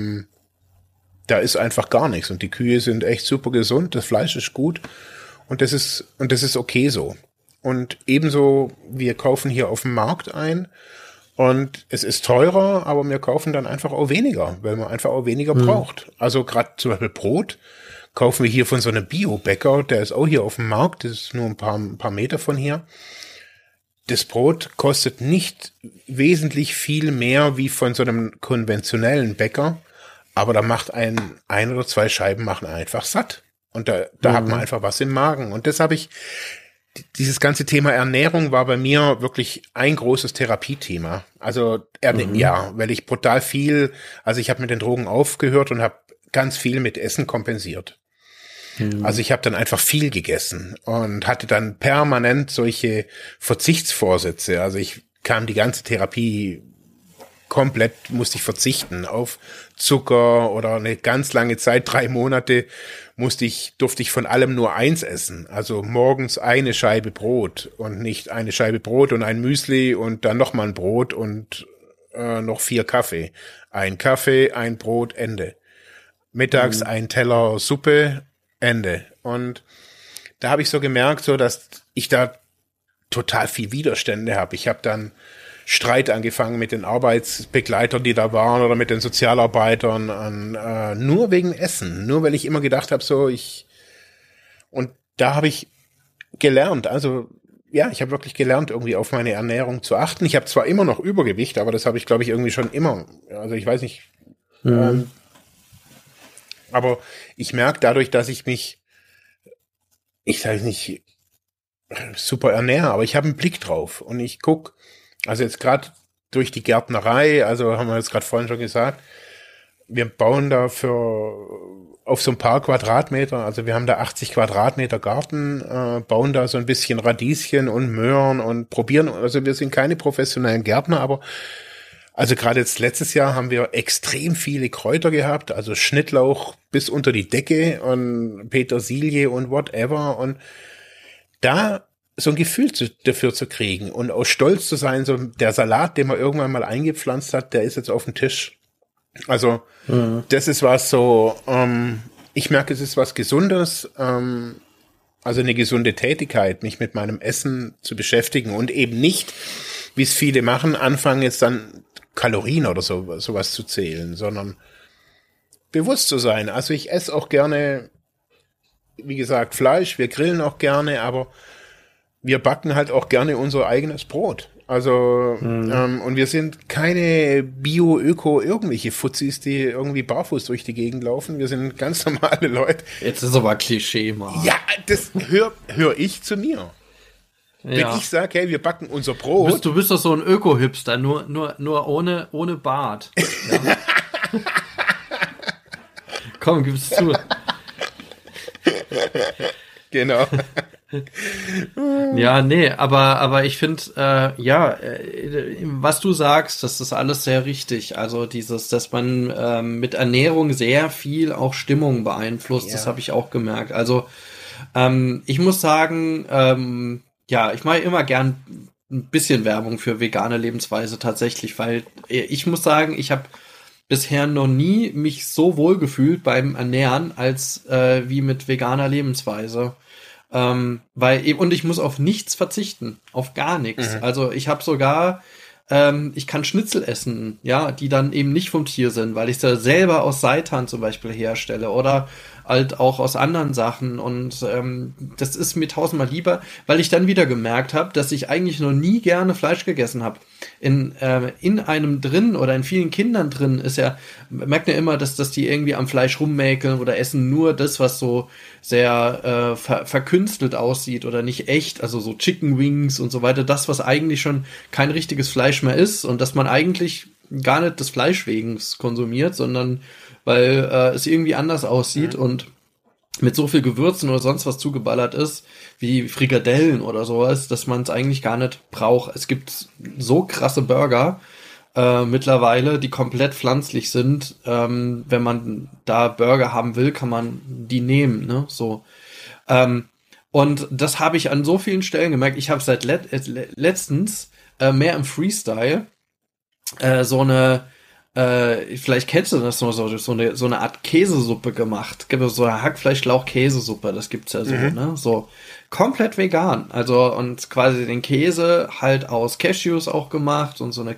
[SPEAKER 2] da ist einfach gar nichts und die Kühe sind echt super gesund, das Fleisch ist gut und das ist okay so. Und ebenso, wir kaufen hier auf dem Markt ein und es ist teurer, aber wir kaufen dann einfach auch weniger, weil man einfach auch weniger braucht. Also gerade zum Beispiel Brot kaufen wir hier von so einem Bio-Bäcker, der ist auch hier auf dem Markt, das ist nur ein paar Meter von hier. Das Brot kostet nicht wesentlich viel mehr wie von so einem konventionellen Bäcker, aber da macht ein oder zwei Scheiben machen einfach satt. Und da hat man einfach was im Magen. Und das habe ich, dieses ganze Thema Ernährung war bei mir wirklich ein großes Therapiethema. Also, ja, weil ich brutal viel, also ich habe mit den Drogen aufgehört und habe ganz viel mit Essen kompensiert. Also ich habe dann einfach viel gegessen und hatte dann permanent solche Verzichtsvorsätze. Also ich kam die ganze Therapie komplett, musste ich verzichten auf Zucker oder eine ganz lange Zeit, 3 Monate durfte ich von allem nur eins essen. Also morgens eine Scheibe Brot und nicht eine Scheibe Brot und ein Müsli und dann nochmal ein Brot und noch 4 Kaffee. Ein Kaffee, ein Brot, Ende. Mittags ein Teller Suppe, Ende. Und da habe ich so gemerkt, so dass ich da total viel Widerstände habe. Ich habe dann Streit angefangen mit den Arbeitsbegleitern, die da waren, oder mit den Sozialarbeitern, nur wegen Essen, nur weil ich immer gedacht habe, und da habe ich gelernt, also ja, ich habe wirklich gelernt, irgendwie auf meine Ernährung zu achten. Ich habe zwar immer noch Übergewicht, aber das habe ich, glaube ich, irgendwie schon immer, also ich weiß nicht, aber ich merke dadurch, dass ich mich, ich sage nicht super ernähre, aber ich habe einen Blick drauf und ich guck. Also jetzt gerade durch die Gärtnerei, also haben wir jetzt gerade vorhin schon gesagt, wir bauen da auf so ein paar Quadratmeter, also wir haben da 80 Quadratmeter Garten, bauen da so ein bisschen Radieschen und Möhren und probieren, also wir sind keine professionellen Gärtner, aber also gerade jetzt letztes Jahr haben wir extrem viele Kräuter gehabt, also Schnittlauch bis unter die Decke und Petersilie und whatever und da so ein Gefühl dafür zu kriegen und auch stolz zu sein, so der Salat, den man irgendwann mal eingepflanzt hat, der ist jetzt auf dem Tisch. Also das ist was so, ich merke, es ist was Gesundes, also eine gesunde Tätigkeit, mich mit meinem Essen zu beschäftigen und eben nicht, wie es viele machen, anfangen jetzt dann Kalorien oder sowas zu zählen, sondern bewusst zu sein. Also ich esse auch gerne, wie gesagt, Fleisch, wir grillen auch gerne, aber wir backen halt auch gerne unser eigenes Brot. Also, und wir sind keine irgendwelche Fuzis, die irgendwie barfuß durch die Gegend laufen. Wir sind ganz normale Leute.
[SPEAKER 1] Jetzt ist aber Klischee, Mann.
[SPEAKER 2] Ja, das hör ich zu mir. Ja. Wenn ich sage, hey, wir backen unser Brot.
[SPEAKER 1] Du bist doch so ein Öko-Hipster, nur ohne Bart. Ja. Komm, gib's zu.
[SPEAKER 2] Genau.
[SPEAKER 1] Ja, nee, aber ich finde, was du sagst, das ist alles sehr richtig. Also dass man mit Ernährung sehr viel auch Stimmung beeinflusst, das habe ich auch gemerkt. Also ich muss sagen, ich mache immer gern ein bisschen Werbung für vegane Lebensweise tatsächlich, weil ich muss sagen, ich habe bisher noch nie mich so wohl gefühlt beim Ernähren als wie mit veganer Lebensweise. Und ich muss auf nichts verzichten, auf gar nichts. Also ich habe sogar, ich kann Schnitzel essen, ja, die dann eben nicht vom Tier sind, weil ich sie selber aus Seitan zum Beispiel herstelle oder halt auch aus anderen Sachen und das ist mir tausendmal lieber, weil ich dann wieder gemerkt habe, dass ich eigentlich noch nie gerne Fleisch gegessen habe. In einem drin oder in vielen Kindern drin ist ja, merkt ja immer, dass die irgendwie am Fleisch rummäkeln oder essen nur das, was so sehr verkünstelt aussieht oder nicht echt, also so Chicken Wings und so weiter, das, was eigentlich schon kein richtiges Fleisch mehr ist und dass man eigentlich gar nicht des Fleisch wegen konsumiert, sondern weil es irgendwie anders aussieht und mit so viel Gewürzen oder sonst was zugeballert ist, wie Frikadellen oder sowas, dass man es eigentlich gar nicht braucht. Es gibt so krasse Burger mittlerweile, die komplett pflanzlich sind. Wenn man da Burger haben will, kann man die nehmen, ne? So. Und das habe ich an so vielen Stellen gemerkt. Ich habe seit letztens mehr im Freestyle so eine vielleicht kennst du das, so eine Art Käsesuppe gemacht. Gibt es so eine Hackfleisch-Lauch-Käsesuppe, das gibt's ja so, ne? So komplett vegan. Also und quasi den Käse halt aus Cashews auch gemacht und so eine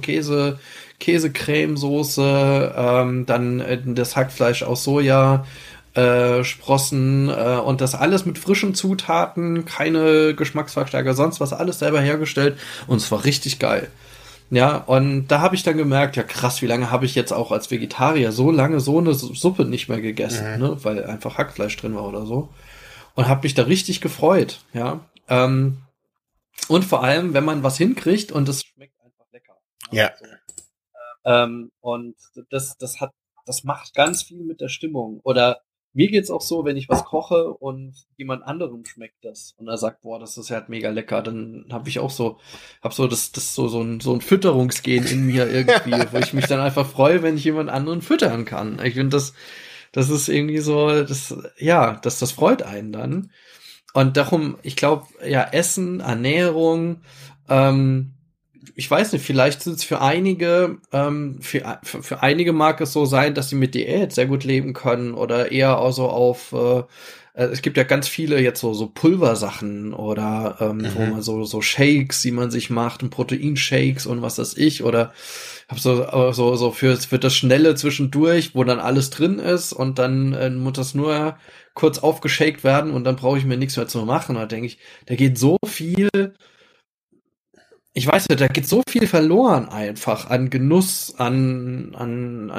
[SPEAKER 1] Käsecremesoße, dann das Hackfleisch aus Soja, Sprossen und das alles mit frischen Zutaten, keine Geschmacksverstärker, sonst was, alles selber hergestellt und es war richtig geil. Ja, und da habe ich dann gemerkt, ja krass, wie lange habe ich jetzt auch als Vegetarier so lange so eine Suppe nicht mehr gegessen, ne, weil einfach Hackfleisch drin war oder so. Und habe mich da richtig gefreut, ja. Und vor allem, wenn man was hinkriegt und es schmeckt einfach lecker.
[SPEAKER 2] Ja.
[SPEAKER 1] Und das macht ganz viel mit der Stimmung. Oder mir geht's auch so, wenn ich was koche und jemand anderem schmeckt das und er sagt, boah, das ist halt mega lecker, dann habe ich auch so so ein Fütterungsgen in mir irgendwie, wo ich mich dann einfach freue, wenn ich jemand anderen füttern kann. Ich finde das ist irgendwie so, das freut einen dann. Und darum, ich glaube, ja, Essen, Ernährung, ich weiß nicht, vielleicht sind es für einige, für einige mag es so sein, dass sie mit Diät sehr gut leben können oder eher auch so auf, es gibt ja ganz viele jetzt so Pulversachen oder wo man so Shakes, die man sich macht und Proteinshakes und was weiß ich oder hab so für das Schnelle zwischendurch, wo dann alles drin ist und dann muss das nur kurz aufgeshakt werden und dann brauche ich mir nichts mehr zu machen. Da denke ich, da geht so viel. Ich weiß nicht, da geht so viel verloren einfach an Genuss, an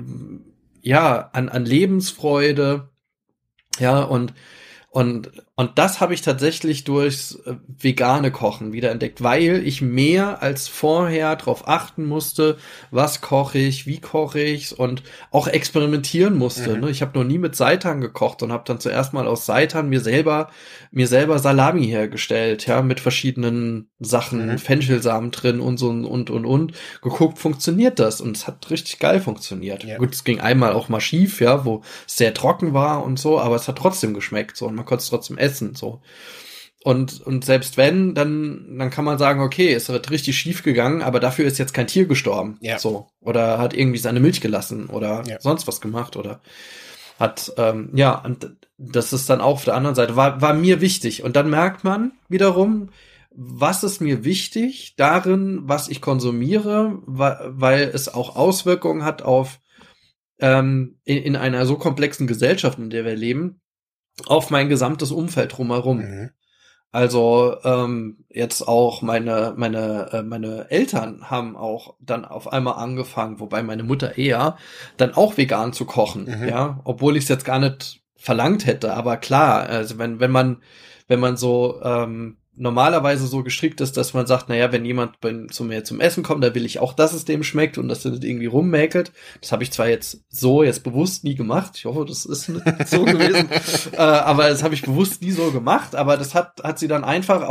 [SPEAKER 1] Lebensfreude, ja, und das habe ich tatsächlich durchs vegane Kochen wiederentdeckt, weil ich mehr als vorher darauf achten musste, was koche ich, wie koche ich's und auch experimentieren musste. Ne? Ich habe noch nie mit Seitan gekocht und habe dann zuerst mal aus Seitan mir selber Salami hergestellt, ja, mit verschiedenen Sachen, Fenchelsamen drin und so und geguckt, funktioniert das? Und es hat richtig geil funktioniert. Ja. Gut, es ging einmal auch mal schief, ja, wo es sehr trocken war und so, aber es hat trotzdem geschmeckt so und man konnte es trotzdem essen, so. Und selbst wenn, dann kann man sagen, okay, es wird richtig schief gegangen, aber dafür ist jetzt kein Tier gestorben, so. Oder hat irgendwie seine Milch gelassen oder sonst was gemacht oder hat, und das ist dann auch auf der anderen Seite, war mir wichtig. Und dann merkt man wiederum, was ist mir wichtig darin, was ich konsumiere, weil es auch Auswirkungen hat auf, in einer so komplexen Gesellschaft, in der wir leben, auf mein gesamtes Umfeld drumherum. Also jetzt auch meine Eltern haben auch dann auf einmal angefangen, wobei meine Mutter eher, dann auch vegan zu kochen, ja, obwohl ich es jetzt gar nicht verlangt hätte, aber klar, also wenn man so normalerweise so gestrickt ist, dass man sagt, naja, wenn jemand zu mir zum Essen kommt, da will ich auch, dass es dem schmeckt und dass er das irgendwie rummäkelt. Das habe ich zwar jetzt bewusst nie gemacht. Ich hoffe, das ist nicht so gewesen. Aber das habe ich bewusst nie so gemacht. Aber das hat sie dann einfach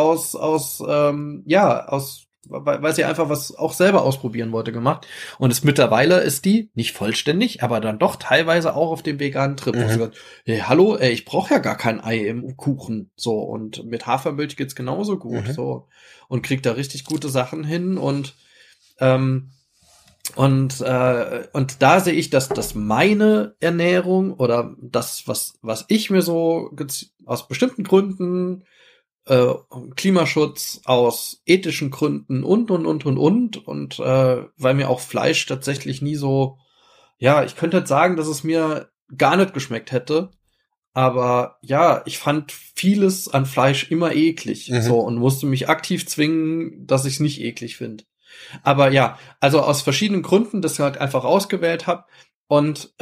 [SPEAKER 1] weil sie einfach was auch selber ausprobieren wollte gemacht. Und mittlerweile ist die, nicht vollständig, aber dann doch teilweise auch auf dem veganen Trip. Und sie sagt, hey, hallo, ich brauche ja gar kein Ei im Kuchen. So, und mit Hafermilch geht's genauso gut. So. Und kriegt da richtig gute Sachen hin. Und Und da sehe ich, dass meine Ernährung oder das, was ich mir so aus bestimmten Gründen, Klimaschutz, aus ethischen Gründen und, weil mir auch Fleisch tatsächlich nie so, ja, ich könnte jetzt sagen, dass es mir gar nicht geschmeckt hätte, aber ja, ich fand vieles an Fleisch immer eklig, so, und musste mich aktiv zwingen, dass ich es nicht eklig finde. Aber ja, also aus verschiedenen Gründen, das ich halt einfach ausgewählt habe und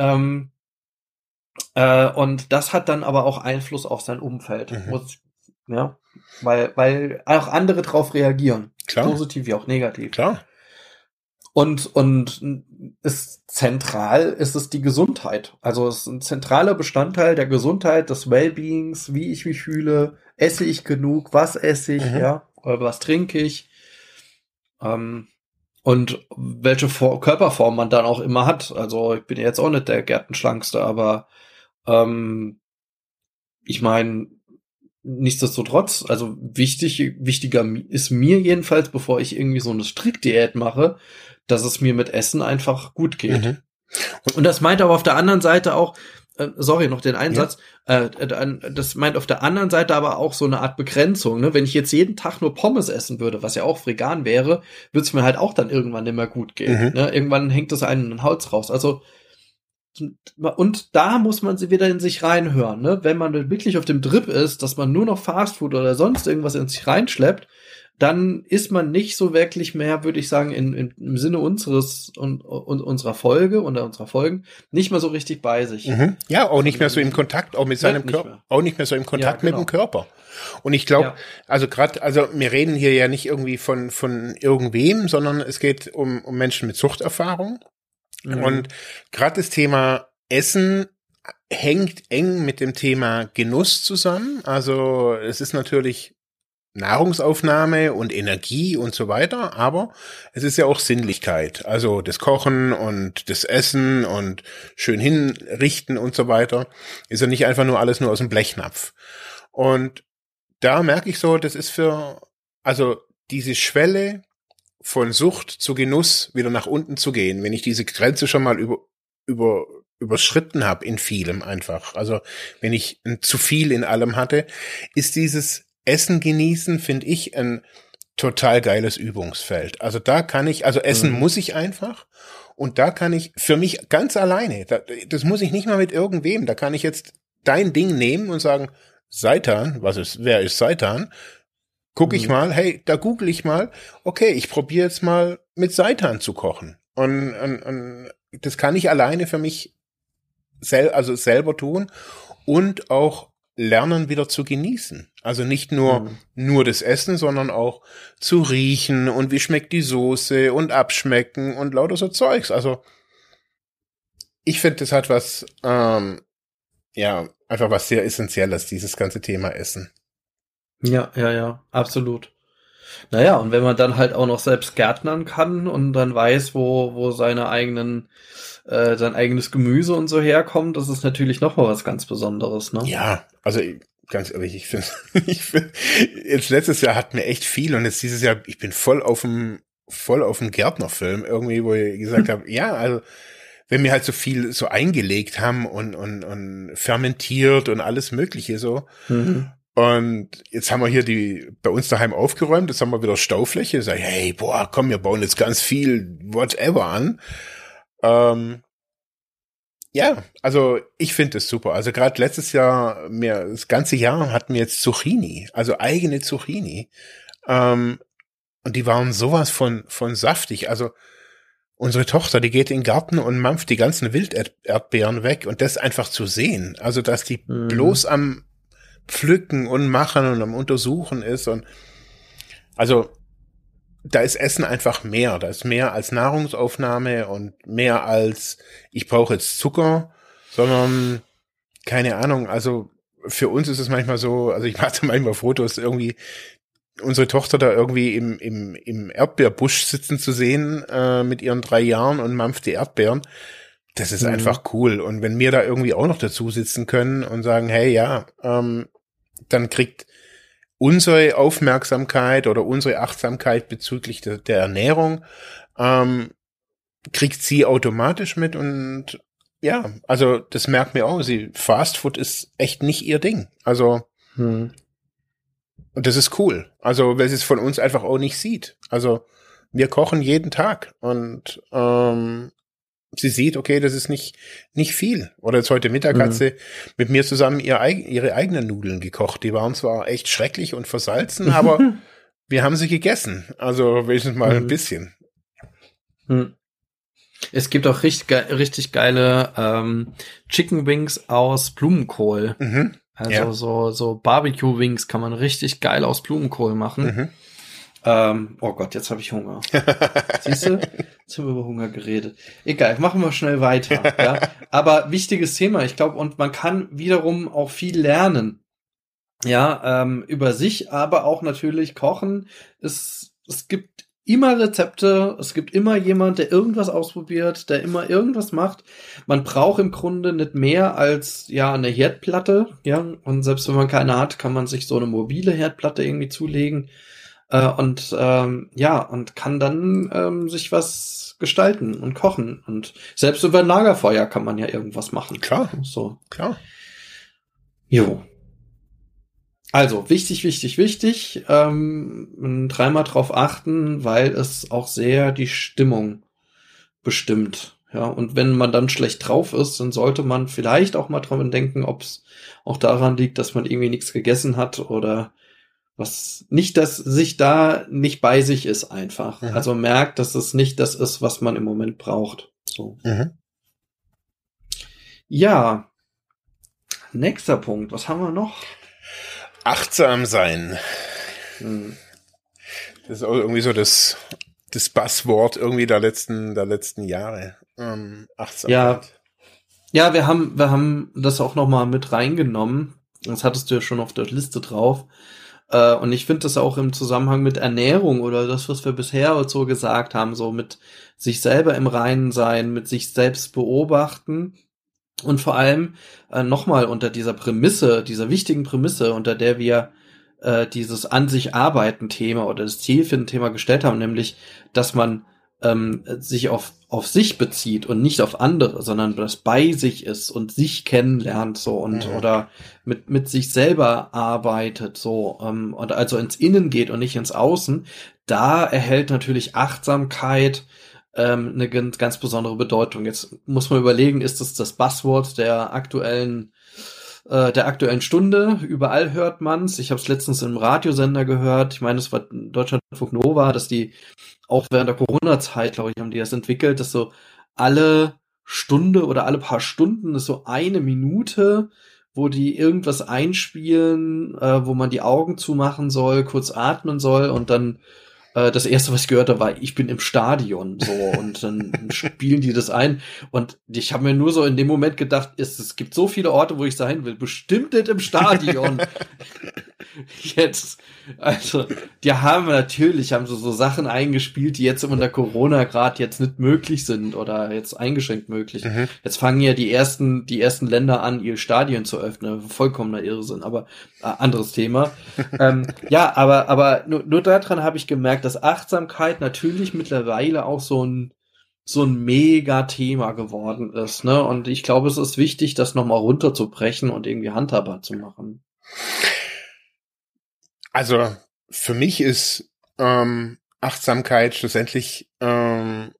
[SPEAKER 1] das hat dann aber auch Einfluss auf sein Umfeld, ja, weil auch andere drauf reagieren,
[SPEAKER 2] Klar.
[SPEAKER 1] Positiv wie auch negativ.
[SPEAKER 2] Klar.
[SPEAKER 1] Und zentral ist es die Gesundheit. Also es ist ein zentraler Bestandteil der Gesundheit, des Wellbeings, wie ich mich fühle, esse ich genug, was esse ich, ja, oder was trinke ich. Und welche Körperform man dann auch immer hat. Also ich bin jetzt auch nicht der Gärtenschlankste, aber ich meine, nichtsdestotrotz, also wichtiger ist mir jedenfalls, bevor ich irgendwie so eine Striktdiät mache, dass es mir mit Essen einfach gut geht. Und das meint aber auf der anderen Seite auch, noch den Einsatz, das meint auf der anderen Seite aber auch so eine Art Begrenzung, ne? Wenn ich jetzt jeden Tag nur Pommes essen würde, was ja auch vegan wäre, würde es mir halt auch dann irgendwann nicht mehr gut gehen. Ne? Irgendwann hängt es einem in den Hals raus. Also, und da muss man sie wieder in sich reinhören, ne? Wenn man wirklich auf dem Trip ist, dass man nur noch Fastfood oder sonst irgendwas in sich reinschleppt, dann ist man nicht so wirklich mehr, würde ich sagen, im Sinne unseres und unserer Folge oder unserer Folgen nicht mehr so richtig bei sich.
[SPEAKER 2] Ja, auch nicht mehr so im Kontakt, auch mit seinem Körper, auch nicht mehr so im Kontakt mit dem Körper. Und ich glaube, also wir reden hier ja nicht irgendwie von irgendwem, sondern es geht um Menschen mit Suchterfahrung. Und gerade das Thema Essen hängt eng mit dem Thema Genuss zusammen. Also es ist natürlich Nahrungsaufnahme und Energie und so weiter, aber es ist ja auch Sinnlichkeit, also das Kochen und das Essen und schön hinrichten und so weiter, ist ja nicht einfach nur alles nur aus dem Blechnapf. Und da merke ich so, das ist also diese Schwelle von Sucht zu Genuss wieder nach unten zu gehen, wenn ich diese Grenze schon mal überschritten habe in vielem einfach, also wenn ich zu viel in allem hatte, ist dieses Essen genießen, finde ich, ein total geiles Übungsfeld. Also da kann ich, also essen muss ich einfach und da kann ich für mich ganz alleine, das muss ich nicht mal mit irgendwem, da kann ich jetzt dein Ding nehmen und sagen, Seitan, wer ist Seitan? Guck ich mal, hey, da google ich mal, okay, ich probiere jetzt mal mit Seitan zu kochen. Und das kann ich alleine für mich selber tun und auch lernen wieder zu genießen. Also nicht nur das Essen, sondern auch zu riechen und wie schmeckt die Soße und abschmecken und lauter so Zeugs. Also ich finde, das hat was, einfach was sehr Essentielles, dieses ganze Thema Essen.
[SPEAKER 1] Ja, absolut. Naja, und wenn man dann halt auch noch selbst gärtnern kann und dann weiß, wo sein eigenes Gemüse und so herkommt, das ist natürlich noch mal was ganz Besonderes, ne?
[SPEAKER 2] Ja, also ganz ehrlich, ich finde, jetzt letztes Jahr hatten wir echt viel und jetzt dieses Jahr, ich bin voll auf dem Gärtnerfilm irgendwie, wo ich gesagt habe, ja, also wenn wir halt so viel so eingelegt haben und fermentiert und alles Mögliche so. Und jetzt haben wir hier bei uns daheim aufgeräumt, jetzt haben wir wieder Staufläche, sag ich, hey, boah, komm, wir bauen jetzt ganz viel whatever an. Ja, also ich finde es super. Also gerade letztes Jahr, das ganze Jahr hatten wir jetzt Zucchini, also eigene Zucchini. Und die waren sowas von saftig. Also unsere Tochter, die geht in den Garten und mampft die ganzen Wilderdbeeren weg und das einfach zu sehen. Also dass die bloß am Pflücken und Machen und am Untersuchen ist und also da ist Essen einfach mehr. Da ist mehr als Nahrungsaufnahme und mehr als ich brauche jetzt Zucker, sondern keine Ahnung. Also für uns ist es manchmal so, also ich mache manchmal Fotos irgendwie unsere Tochter da irgendwie im Erdbeerbusch sitzen zu sehen mit ihren 3 Jahren und mampft die Erdbeeren. Das ist einfach cool. Und wenn wir da irgendwie auch noch dazu sitzen können und sagen, hey, ja, dann kriegt unsere Aufmerksamkeit oder unsere Achtsamkeit bezüglich der Ernährung, kriegt sie automatisch mit und ja, also das merkt mir auch, Fast Food ist echt nicht ihr Ding. Also und das ist cool. Also weil sie es von uns einfach auch nicht sieht. Also wir kochen jeden Tag und sie sieht, okay, das ist nicht viel. Oder jetzt heute Mittag hat sie mit mir zusammen ihre eigenen Nudeln gekocht. Die waren zwar echt schrecklich und versalzen, aber wir haben sie gegessen. Also wenigstens mal ein bisschen.
[SPEAKER 1] Es gibt auch richtig geile Chicken Wings aus Blumenkohl. Also so Barbecue Wings kann man richtig geil aus Blumenkohl machen. Oh Gott, jetzt habe ich Hunger. Siehst du? Jetzt haben wir über Hunger geredet. Egal, machen wir schnell weiter. Ja? Aber wichtiges Thema, ich glaube, und man kann wiederum auch viel lernen. Ja, über sich, aber auch natürlich kochen. Es gibt immer Rezepte, es gibt immer jemand, der irgendwas ausprobiert, der immer irgendwas macht. Man braucht im Grunde nicht mehr als ja eine Herdplatte, ja. Und selbst wenn man keine hat, kann man sich so eine mobile Herdplatte irgendwie zulegen. Und kann dann sich was gestalten und kochen. Und selbst über ein Lagerfeuer kann man ja irgendwas machen.
[SPEAKER 2] Klar.
[SPEAKER 1] So.
[SPEAKER 2] Klar.
[SPEAKER 1] Jo. Also, wichtig, dreimal drauf achten, weil es auch sehr die Stimmung bestimmt. Ja, und wenn man dann schlecht drauf ist, dann sollte man vielleicht auch mal dran denken, ob es auch daran liegt, dass man irgendwie nichts gegessen hat oder was nicht, dass sich da nicht bei sich ist einfach. Also merkt, dass es nicht das ist, was man im Moment braucht. So. Ja. Nächster Punkt. Was haben wir noch?
[SPEAKER 2] Achtsam sein. Das ist auch irgendwie so das Buzzword irgendwie der letzten Jahre. Achtsamkeit.
[SPEAKER 1] Ja, wir haben das auch noch mal mit reingenommen. Das hattest du ja schon auf der Liste drauf. Und ich finde das auch im Zusammenhang mit Ernährung oder das, was wir bisher so gesagt haben, so mit sich selber im Reinen sein, mit sich selbst beobachten und vor allem nochmal unter dieser Prämisse, dieser wichtigen Prämisse, unter der wir dieses An sich arbeiten Thema oder das Zielfinden-Thema gestellt haben, nämlich, dass man sich auf sich bezieht und nicht auf andere, sondern das bei sich ist und sich kennenlernt so und oder mit sich selber arbeitet so und also ins Innen geht und nicht ins Außen, da erhält natürlich Achtsamkeit eine ganz besondere Bedeutung. Jetzt muss man überlegen, ist das Buzzword der aktuellen Stunde? Überall hört man's. Ich habe es letztens im Radiosender gehört. Ich meine, es war Deutschlandfunk Nova, dass die auch während der Corona-Zeit, glaube ich, haben die das entwickelt, dass so alle Stunde oder alle paar Stunden ist so eine Minute, wo die irgendwas einspielen, wo man die Augen zumachen soll, kurz atmen soll und dann das erste, was ich gehört habe, war, ich bin im Stadion, so, und dann spielen die das ein und ich habe mir nur so in dem Moment gedacht, es gibt so viele Orte, wo ich sein will, bestimmt nicht im Stadion. Jetzt, also, haben so Sachen eingespielt, die jetzt unter Corona gerade jetzt nicht möglich sind oder jetzt eingeschränkt möglich. Jetzt fangen ja die ersten Länder an, ihr Stadien zu öffnen, vollkommener Irrsinn, aber anderes Thema. Aber nur daran habe ich gemerkt, dass Achtsamkeit natürlich mittlerweile auch so ein Mega-Thema geworden ist, ne? Und ich glaube, es ist wichtig, das nochmal runterzubrechen und irgendwie handhabbar zu machen.
[SPEAKER 2] Also für mich ist Achtsamkeit schlussendlich eine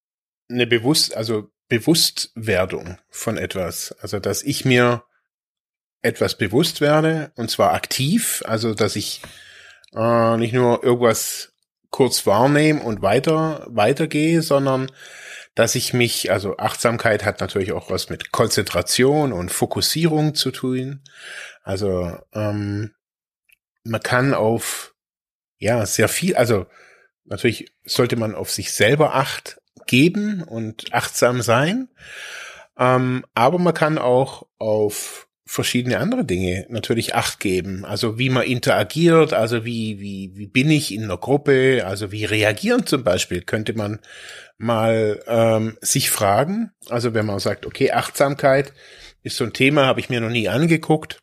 [SPEAKER 2] Bewusstwerdung von etwas. Also dass ich mir etwas bewusst werde und zwar aktiv, also dass ich nicht nur irgendwas kurz wahrnehme und weitergehe, sondern dass ich mich, also Achtsamkeit hat natürlich auch was mit Konzentration und Fokussierung zu tun. Also man kann auf sehr viel, also natürlich sollte man auf sich selber Acht geben und achtsam sein, aber man kann auch auf verschiedene andere Dinge natürlich Acht geben. Also wie man interagiert, also wie bin ich in einer Gruppe, also wie reagieren zum Beispiel, könnte man mal sich fragen. Also wenn man sagt, okay, Achtsamkeit ist so ein Thema, habe ich mir noch nie angeguckt.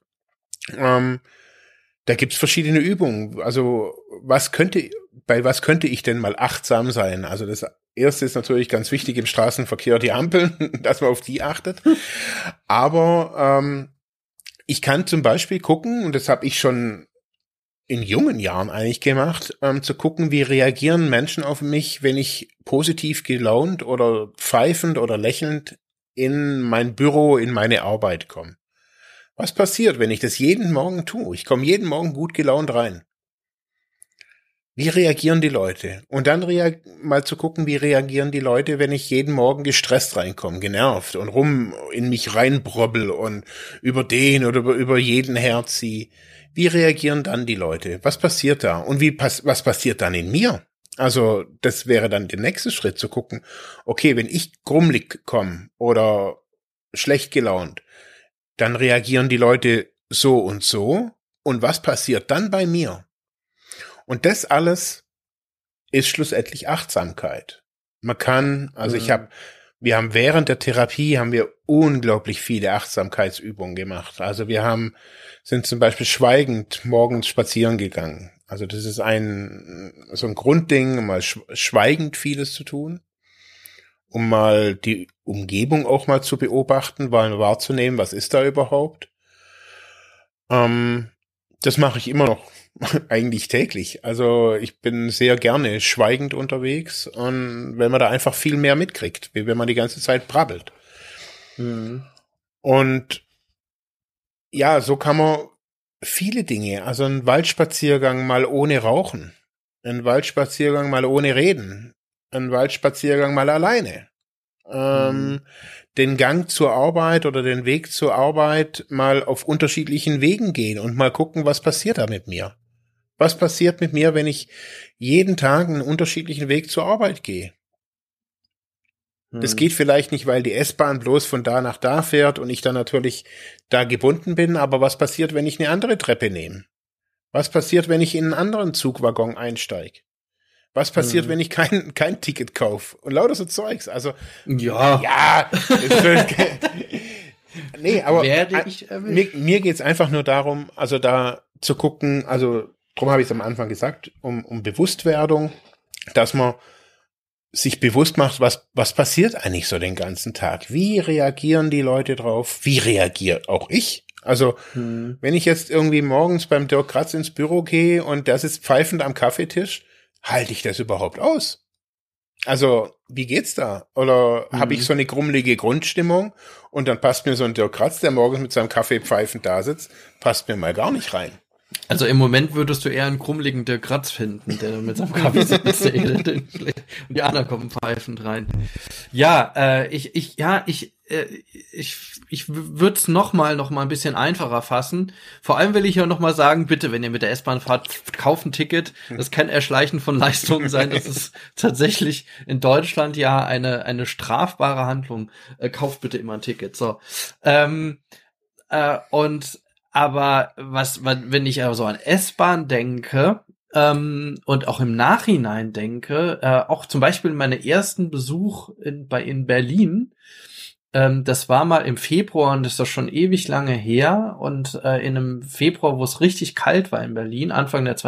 [SPEAKER 2] Da gibt's verschiedene Übungen. Also bei was könnte ich denn mal achtsam sein? Also das erste ist natürlich ganz wichtig im Straßenverkehr die Ampeln, dass man auf die achtet. Aber ich kann zum Beispiel gucken, und das habe ich schon in jungen Jahren eigentlich gemacht, zu gucken, wie reagieren Menschen auf mich, wenn ich positiv gelaunt oder pfeifend oder lächelnd in mein Büro, in meine Arbeit komme. Was passiert, wenn ich das jeden Morgen tue? Ich komme jeden Morgen gut gelaunt rein. Wie reagieren die Leute? Und dann mal zu gucken, wie reagieren die Leute, wenn ich jeden Morgen gestresst reinkomme, genervt und rum in mich reinbrobbel und über den oder über jeden herziehe. Wie reagieren dann die Leute? Was passiert da? Und was passiert dann in mir? Also das wäre dann der nächste Schritt, zu gucken, okay, wenn ich grummelig komme oder schlecht gelaunt, dann reagieren die Leute so und so. Und was passiert dann bei mir? Und das alles ist schlussendlich Achtsamkeit. Man kann, also wir haben während der Therapie unglaublich viele Achtsamkeitsübungen gemacht. Also sind zum Beispiel schweigend morgens spazieren gegangen. Also das ist so ein Grundding, mal schweigend vieles zu tun, um mal die Umgebung auch mal zu beobachten, wahrzunehmen, was ist da überhaupt. Das mache ich immer noch eigentlich täglich. Also ich bin sehr gerne schweigend unterwegs, und wenn man da einfach viel mehr mitkriegt, wie wenn man die ganze Zeit brabbelt. Mhm. Und ja, so kann man viele Dinge, also einen Waldspaziergang mal ohne Rauchen, einen Waldspaziergang mal ohne Reden, einen Waldspaziergang mal alleine, den Gang zur Arbeit oder den Weg zur Arbeit mal auf unterschiedlichen Wegen gehen und mal gucken, was passiert da mit mir. Was passiert mit mir, wenn ich jeden Tag einen unterschiedlichen Weg zur Arbeit gehe? Das geht vielleicht nicht, weil die S-Bahn bloß von da nach da fährt und ich dann natürlich da gebunden bin, aber was passiert, wenn ich eine andere Treppe nehme? Was passiert, wenn ich in einen anderen Zugwaggon einsteige? Was passiert, wenn ich kein Ticket kaufe? Und lauter so Zeugs. Also ja, nee, aber mir geht's einfach nur darum, also da zu gucken, also drum habe ich es am Anfang gesagt, um Bewusstwerdung, dass man sich bewusst macht, was passiert eigentlich so den ganzen Tag? Wie reagieren die Leute drauf? Wie reagiere auch ich? Also, wenn ich jetzt irgendwie morgens beim Dirk Kratz ins Büro gehe und der sitzt pfeifend am Kaffeetisch, halte ich das überhaupt aus? Also, wie geht's da? Oder habe ich so eine grummelige Grundstimmung und dann passt mir so ein Dirk Kratz, der morgens mit seinem Kaffee pfeifend da sitzt, passt mir mal gar nicht rein.
[SPEAKER 1] Also im Moment würdest du eher einen krummeligen Dirk Kratz finden, der mit seinem Kaffee sitzt, und die anderen kommen pfeifend rein. Ja, ich würde es noch mal ein bisschen einfacher fassen. Vor allem will ich ja noch mal sagen, bitte, wenn ihr mit der S-Bahn fahrt, kauft ein Ticket. Das kann Erschleichen von Leistungen sein. Das ist tatsächlich in Deutschland ja eine strafbare Handlung. Kauft bitte immer ein Ticket. So. Aber wenn ich so an S-Bahn denke, und auch im Nachhinein denke, auch zum Beispiel meinen ersten Besuch in Berlin, das war mal im Februar, und das ist doch schon ewig lange her, und in einem Februar, wo es richtig kalt war in Berlin, Anfang Mitte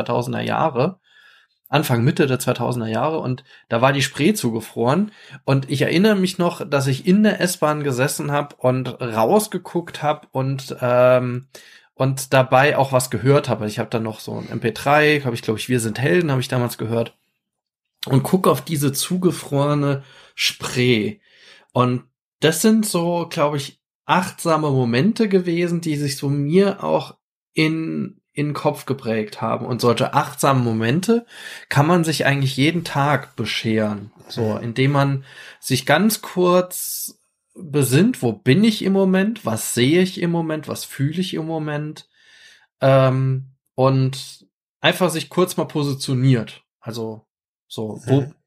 [SPEAKER 1] der 2000er Jahre, und da war die Spree zugefroren, und ich erinnere mich noch, dass ich in der S-Bahn gesessen habe und rausgeguckt habe und dabei auch was gehört habe. Ich habe dann noch so ein MP3, glaube ich, Wir sind Helden, habe ich damals gehört, und gucke auf diese zugefrorene Spree. Und das sind so, glaube ich, achtsame Momente gewesen, die sich so mir auch in den Kopf geprägt haben. Und solche achtsamen Momente kann man sich eigentlich jeden Tag bescheren. So, indem man sich ganz kurz besinnt, wo bin ich im Moment, was sehe ich im Moment, was fühle ich im Moment, und einfach sich kurz mal positioniert. Also so,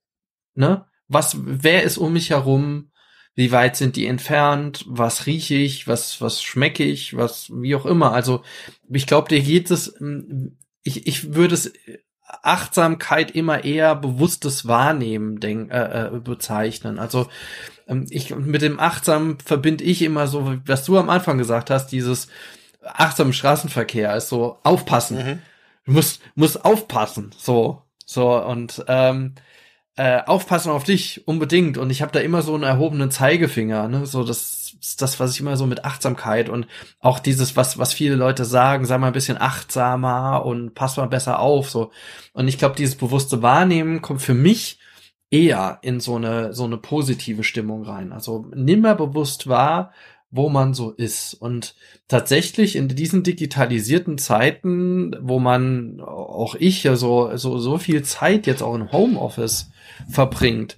[SPEAKER 1] wer ist um mich herum, wie weit sind die entfernt, was rieche ich, was schmecke ich, wie auch immer. Also ich glaube, dir geht es, ich würde es Achtsamkeit immer eher bewusstes Wahrnehmen bezeichnen. Also mit dem Achtsam verbinde ich immer so, was du am Anfang gesagt hast, dieses achtsam Straßenverkehr ist so aufpassen. Du musst aufpassen. So und aufpassen auf dich, unbedingt. Und ich habe da immer so einen erhobenen Zeigefinger, ne? So, das ist das, was ich immer so mit Achtsamkeit und auch dieses, was viele Leute sagen, sei mal ein bisschen achtsamer und pass mal besser auf, so. Und ich glaube, dieses bewusste Wahrnehmen kommt für mich eher in so eine positive Stimmung rein. Also nimm mal bewusst wahr, wo man so ist. Und tatsächlich in diesen digitalisierten Zeiten, wo man, auch ich, ja so viel Zeit jetzt auch im Homeoffice verbringt,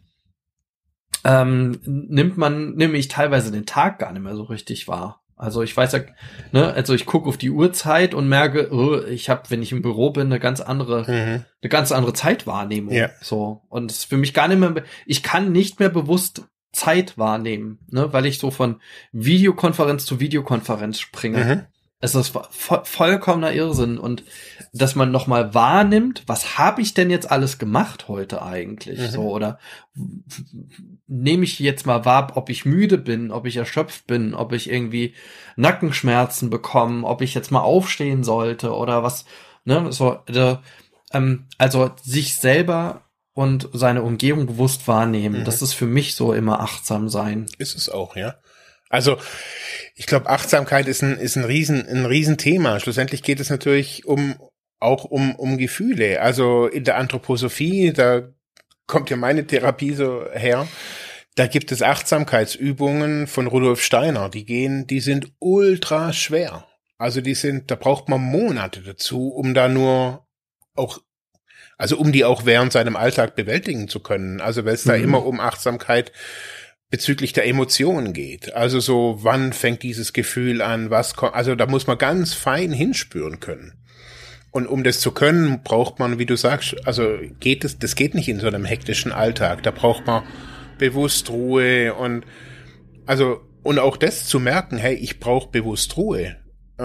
[SPEAKER 1] nehme ich teilweise den Tag gar nicht mehr so richtig wahr. Also ich weiß ja, ne, also ich gucke auf die Uhrzeit und merke, ich habe, wenn ich im Büro bin, eine ganz andere Zeitwahrnehmung.
[SPEAKER 2] Ja.
[SPEAKER 1] So. Und es ist für mich gar nicht mehr, ich kann nicht mehr bewusst Zeit wahrnehmen, ne, weil ich so von Videokonferenz zu Videokonferenz springe.
[SPEAKER 2] Mhm.
[SPEAKER 1] Es ist vollkommener Irrsinn. Und dass man noch mal wahrnimmt, was habe ich denn jetzt alles gemacht heute eigentlich?
[SPEAKER 2] Mhm.
[SPEAKER 1] So, oder nehme ich jetzt mal wahr, ob ich müde bin, ob ich erschöpft bin, ob ich irgendwie Nackenschmerzen bekomme, ob ich jetzt mal aufstehen sollte oder was, ne, so, also sich selber und seine Umgebung bewusst wahrnehmen. Das ist für mich so immer achtsam sein.
[SPEAKER 2] Ist es auch, ja. Also ich glaube, Achtsamkeit ist ein Riesenthema. Schlussendlich geht es natürlich auch um Gefühle. Also in der Anthroposophie, da kommt ja meine Therapie so her. Da gibt es Achtsamkeitsübungen von Rudolf Steiner. Die sind ultra schwer. Also da braucht man Monate dazu, um die auch während seinem Alltag bewältigen zu können. Also weil es da immer um Achtsamkeit bezüglich der Emotionen geht. Also so, wann fängt dieses Gefühl an, was kommt, also da muss man ganz fein hinspüren können. Und um das zu können, braucht man, wie du sagst, also das geht nicht in so einem hektischen Alltag. Da braucht man bewusst Ruhe und auch das zu merken, hey, ich brauche bewusst Ruhe.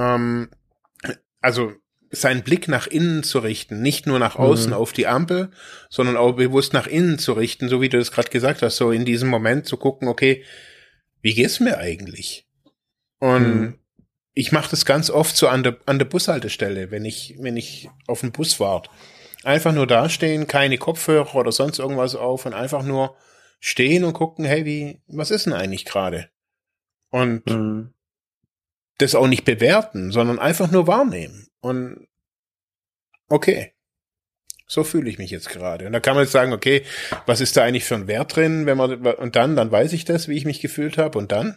[SPEAKER 2] Also seinen Blick nach innen zu richten, nicht nur nach außen auf die Ampel, sondern auch bewusst nach innen zu richten, so wie du das gerade gesagt hast, so in diesem Moment zu gucken, okay, wie geht's mir eigentlich? Und ich mache das ganz oft so an der Bushaltestelle, wenn ich auf den Bus warte. Einfach nur dastehen, keine Kopfhörer oder sonst irgendwas auf und einfach nur stehen und gucken, hey, was ist denn eigentlich gerade? Und das auch nicht bewerten, sondern einfach nur wahrnehmen. Und okay, so fühle ich mich jetzt gerade. Und da kann man jetzt sagen, okay, was ist da eigentlich für ein Wert drin, und dann weiß ich das, wie ich mich gefühlt habe, und dann?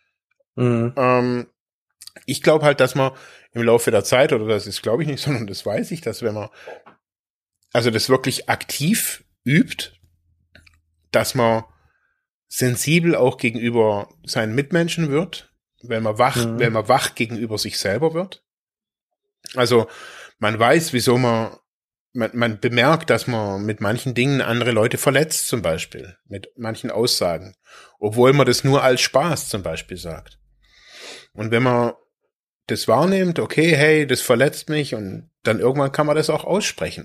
[SPEAKER 2] Ich glaube halt, dass man im Laufe der Zeit, oder das ist glaube ich nicht, sondern das weiß ich, dass wenn man das wirklich aktiv übt, dass man sensibel auch gegenüber seinen Mitmenschen wird, wenn man wach gegenüber sich selber wird. Also man weiß, wieso man bemerkt, dass man mit manchen Dingen andere Leute verletzt, zum Beispiel, mit manchen Aussagen, obwohl man das nur als Spaß zum Beispiel sagt. Und wenn man das wahrnimmt, okay, hey, das verletzt mich, und dann irgendwann kann man das auch aussprechen.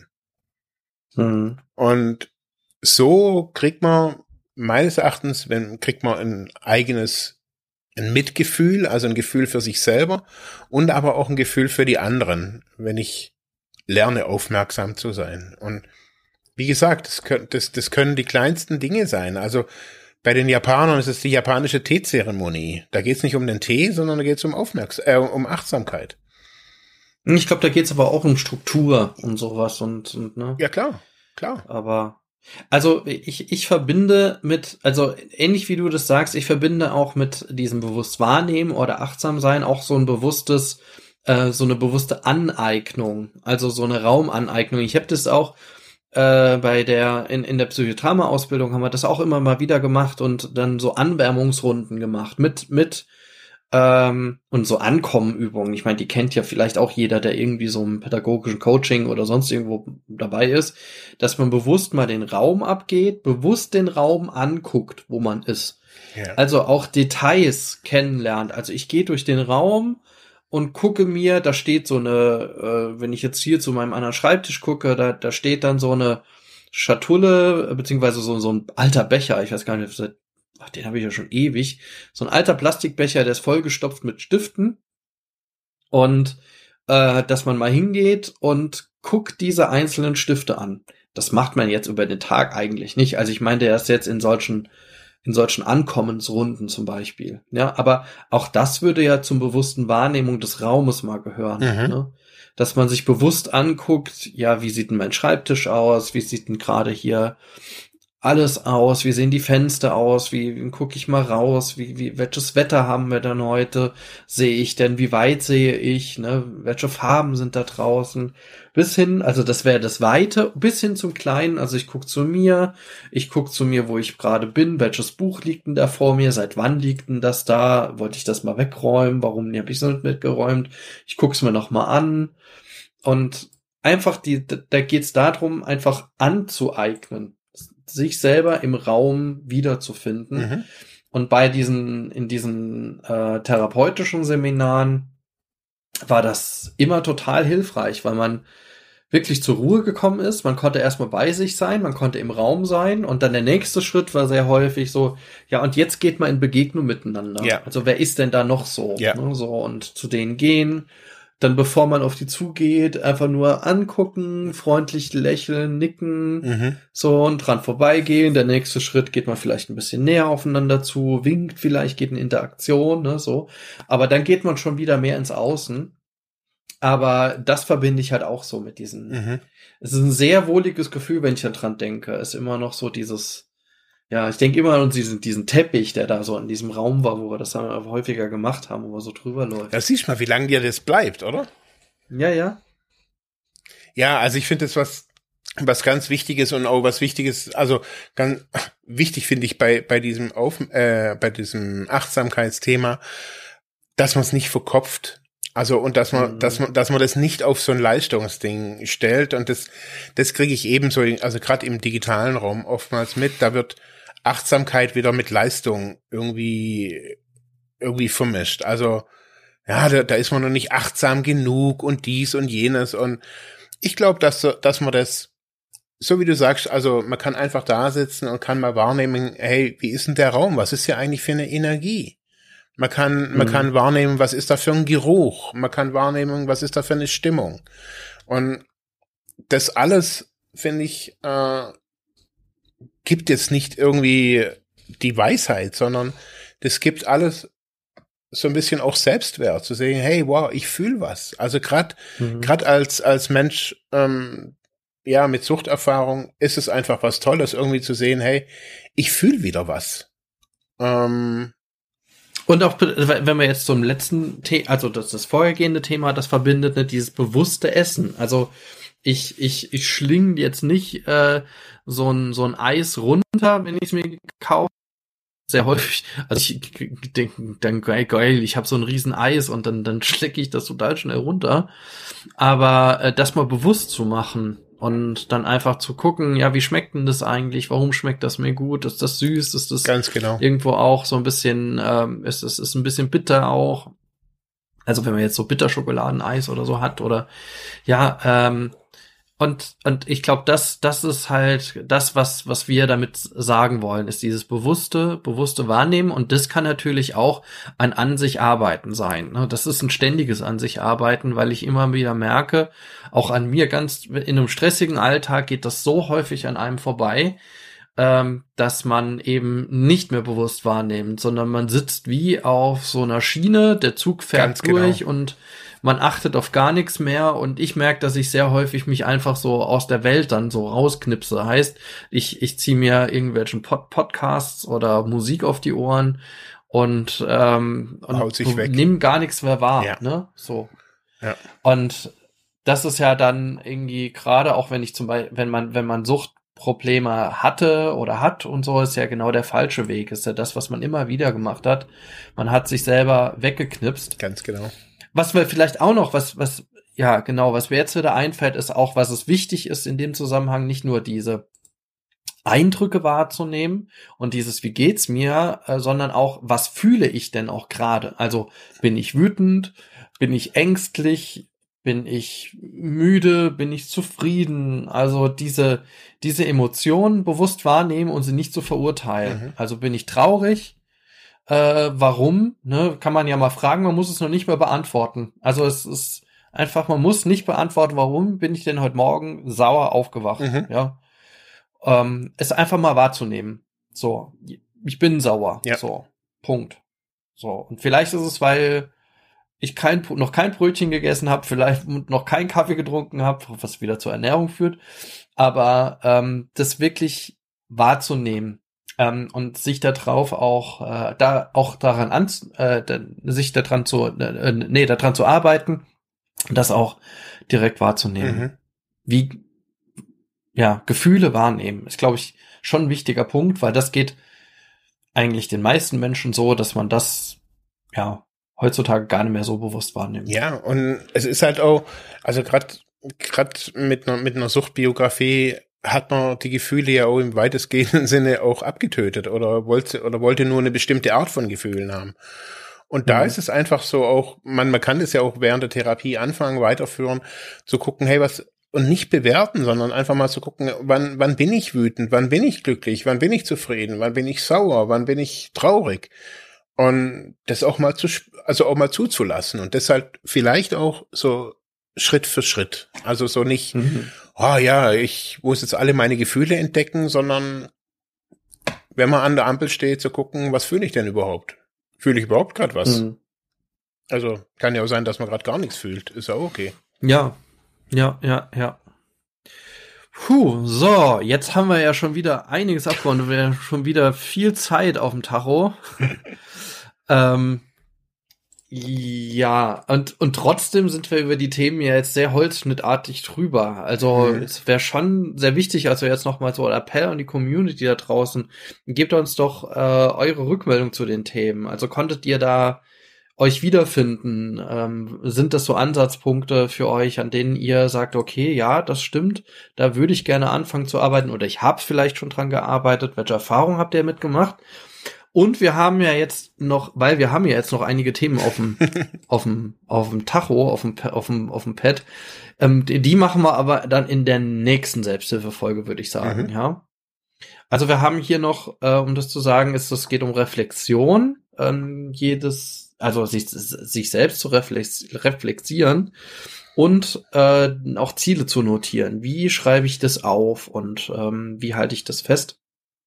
[SPEAKER 2] Und so kriegt man meines Erachtens, ein Mitgefühl, also ein Gefühl für sich selber und aber auch ein Gefühl für die anderen, wenn ich lerne, aufmerksam zu sein. Und wie gesagt, das können die kleinsten Dinge sein. Also bei den Japanern ist es die japanische Teezeremonie. Da geht es nicht um den Tee, sondern da geht es um Achtsamkeit.
[SPEAKER 1] Ich glaube, da geht es aber auch um Struktur und sowas und ne?
[SPEAKER 2] Ja, klar.
[SPEAKER 1] Aber also ich verbinde also ähnlich wie du das sagst, ich verbinde auch mit diesem bewusst wahrnehmen oder achtsam sein auch so eine bewusste Aneignung, also so eine Raumaneignung. Ich habe das auch in der Psychodrama-Ausbildung haben wir das auch immer mal wieder gemacht und dann so Anwärmungsrunden gemacht mit und so Ankommenübungen. Ich meine, die kennt ja vielleicht auch jeder, der irgendwie so im pädagogischen Coaching oder sonst irgendwo dabei ist, dass man bewusst mal den Raum abgeht, bewusst den Raum anguckt, wo man ist. Ja. Also auch Details kennenlernt. Also ich gehe durch den Raum und gucke mir, da steht so eine, wenn ich jetzt hier zu meinem anderen Schreibtisch gucke, da steht dann so eine Schatulle, beziehungsweise so ein alter Becher, ich weiß gar nicht, den habe ich ja schon ewig, so ein alter Plastikbecher, der ist vollgestopft mit Stiften, und dass man mal hingeht und guckt diese einzelnen Stifte an. Das macht man jetzt über den Tag eigentlich nicht. Also ich meinte erst jetzt in solchen Ankommensrunden zum Beispiel. Ja, aber auch das würde ja zum bewussten Wahrnehmung des Raumes mal gehören. Ne? Dass man sich bewusst anguckt, ja, wie sieht denn mein Schreibtisch aus? Wie sieht denn gerade hier alles aus? Wie sehen die Fenster aus? Wie gucke ich mal raus? Welches Wetter haben wir denn heute? Sehe ich denn? Wie weit sehe ich? Ne? Welche Farben sind da draußen? Bis hin, also das wäre das Weite, bis hin zum Kleinen. Also ich gucke zu mir, wo ich gerade bin. Welches Buch liegt denn da vor mir? Seit wann liegt denn das da? Wollte ich das mal wegräumen? Warum habe ich es nicht mitgeräumt? Ich gucke es mir noch mal an. Und einfach da geht es darum, einfach anzueignen, sich selber im Raum wiederzufinden. Und in diesen therapeutischen Seminaren war das immer total hilfreich, weil man wirklich zur Ruhe gekommen ist. Man konnte erstmal bei sich sein, man konnte im Raum sein und dann der nächste Schritt war sehr häufig so, ja, und jetzt geht man in Begegnung miteinander. Ja. Also wer ist denn da noch so? Ja. Ne, so und zu denen gehen. Dann, bevor man auf die zugeht, einfach nur angucken, freundlich lächeln, nicken, so und dran vorbeigehen. Der nächste Schritt geht man vielleicht ein bisschen näher aufeinander zu, winkt vielleicht, geht in Interaktion, ne, so. Aber dann geht man schon wieder mehr ins Außen. Aber das verbinde ich halt auch so mit diesen. Es ist ein sehr wohliges Gefühl, wenn ich daran denke. Es ist immer noch so dieses. Ja, ich denke immer an diesen Teppich, der da so in diesem Raum war, wo wir das dann häufiger gemacht haben, wo wir so drüber läuft.
[SPEAKER 2] Ja, siehst mal, wie lange dir das bleibt, oder?
[SPEAKER 1] Ja, ja.
[SPEAKER 2] Ja, also ich finde das was ganz Wichtiges und auch was Wichtiges, also ganz wichtig finde ich bei diesem Achtsamkeitsthema, dass man es nicht verkopft. Also, und dass man das nicht auf so ein Leistungsding stellt. Und das kriege ich ebenso, also gerade im digitalen Raum oftmals mit. Da wird Achtsamkeit wieder mit Leistung irgendwie vermischt. Also, ja, da ist man noch nicht achtsam genug und dies und jenes. Und ich glaube, dass man das, so wie du sagst, also man kann einfach da sitzen und kann mal wahrnehmen, hey, wie ist denn der Raum? Was ist hier eigentlich für eine Energie? Man kann wahrnehmen, was ist da für ein Geruch? Man kann wahrnehmen, was ist da für eine Stimmung? Und das alles, finde ich, gibt jetzt nicht irgendwie die Weisheit, sondern das gibt alles so ein bisschen auch Selbstwert, zu sehen, hey, wow, ich fühle was. Also gerade als Mensch, ja, mit Suchterfahrung ist es einfach was Tolles, irgendwie zu sehen, hey, ich fühle wieder was.
[SPEAKER 1] Und auch, wenn wir jetzt zum letzten Thema, also das vorhergehende Thema, das verbindet, ne, dieses bewusste Essen. Also ich schlinge jetzt nicht so ein Eis runter, wenn ich es mir kaufe. Sehr häufig, also ich denke dann geil, ich habe so ein riesen Eis und dann schlecke ich das total schnell runter. Aber das mal bewusst zu machen und dann einfach zu gucken, ja, wie schmeckt denn das eigentlich? Warum schmeckt das mir gut? Ist das süß? Ist das
[SPEAKER 2] ganz genau
[SPEAKER 1] irgendwo auch so ein bisschen, ist ein bisschen bitter auch? Also wenn man jetzt so Bitterschokoladeneis oder so hat oder ja, und ich glaube, das ist halt das, was wir damit sagen wollen, ist dieses bewusste Wahrnehmen. Und das kann natürlich auch ein An sich Arbeiten sein. Ne? Das ist ein ständiges An sich Arbeiten, weil ich immer wieder merke, auch an mir ganz in einem stressigen Alltag geht das so häufig an einem vorbei, dass man eben nicht mehr bewusst wahrnimmt, sondern man sitzt wie auf so einer Schiene, der Zug fährt ganz durch und man achtet auf gar nichts mehr und ich merke, dass ich sehr häufig mich einfach so aus der Welt dann so rausknipse. Heißt, ich ziehe mir irgendwelchen Podcasts oder Musik auf die Ohren und nimm gar nichts mehr wahr. Ja. Ne? So. Ja. Und das ist ja dann irgendwie gerade auch, wenn ich zum Beispiel, wenn man Suchtprobleme hatte oder hat und so, ist ja genau der falsche Weg. Ist ja das, was man immer wieder gemacht hat. Man hat sich selber weggeknipst.
[SPEAKER 2] Ganz genau.
[SPEAKER 1] Was wir vielleicht auch noch, was mir jetzt wieder einfällt, ist auch, was es wichtig ist in dem Zusammenhang, nicht nur diese Eindrücke wahrzunehmen und dieses, wie geht's mir, sondern auch, was fühle ich denn auch gerade? Also, bin ich wütend? Bin ich ängstlich? Bin ich müde? Bin ich zufrieden? Also, diese Emotionen bewusst wahrnehmen und sie nicht zu verurteilen. Also, bin ich traurig? Warum, ne, kann man ja mal fragen, man muss es noch nicht mehr beantworten. Also es ist einfach, man muss nicht beantworten, warum bin ich denn heute Morgen sauer aufgewacht, ja. es einfach mal wahrzunehmen. So, ich bin sauer.
[SPEAKER 2] Ja.
[SPEAKER 1] So, Punkt. So, und vielleicht ist es, weil ich noch kein Brötchen gegessen habe, vielleicht noch keinen Kaffee getrunken habe, was wieder zur Ernährung führt. Aber das wirklich wahrzunehmen und sich daran zu arbeiten, das auch direkt wahrzunehmen. Wie, ja, Gefühle wahrnehmen ist, glaube ich, schon ein wichtiger Punkt, weil das geht eigentlich den meisten Menschen so, dass man das, ja, heutzutage gar nicht mehr so bewusst wahrnimmt.
[SPEAKER 2] Ja, und es ist halt auch, also gerade mit einer Suchtbiografie hat man die Gefühle ja auch im weitestgehenden Sinne auch abgetötet oder wollte nur eine bestimmte Art von Gefühlen haben. Und da ist es einfach so auch, man kann das ja auch während der Therapie anfangen, weiterführen, zu gucken, hey, und nicht bewerten, sondern einfach mal zu gucken, wann bin ich wütend, wann bin ich glücklich, wann bin ich zufrieden, wann bin ich sauer, wann bin ich traurig. Und das auch mal zuzulassen und deshalb vielleicht auch so Schritt für Schritt. Also so nicht, ich muss jetzt alle meine Gefühle entdecken, sondern wenn man an der Ampel steht, zu gucken, was fühle ich denn überhaupt? Fühle ich überhaupt gerade was? Also kann ja auch sein, dass man gerade gar nichts fühlt. Ist ja auch okay.
[SPEAKER 1] Ja. So, jetzt haben wir ja schon wieder einiges abgehauen. Wir haben schon wieder viel Zeit auf dem Tacho. Ja, und trotzdem sind wir über die Themen ja jetzt sehr holzschnittartig drüber. Also es wäre schon sehr wichtig, also jetzt nochmal so ein Appell an die Community da draußen. Gebt uns doch eure Rückmeldung zu den Themen. Also konntet ihr da euch wiederfinden? Sind das so Ansatzpunkte für euch, an denen ihr sagt, okay, ja, das stimmt, da würde ich gerne anfangen zu arbeiten oder ich habe vielleicht schon dran gearbeitet. Welche Erfahrungen habt ihr mitgemacht? Und wir haben ja jetzt noch, weil wir haben ja jetzt noch einige Themen auf dem Tacho, auf dem Pad. Die machen wir aber dann in der nächsten Selbsthilfefolge, würde ich sagen, ja. Also wir haben hier noch, um das zu sagen, es geht um Reflexion, sich selbst zu reflektieren und auch Ziele zu notieren. Wie schreibe ich das auf und wie halte ich das fest?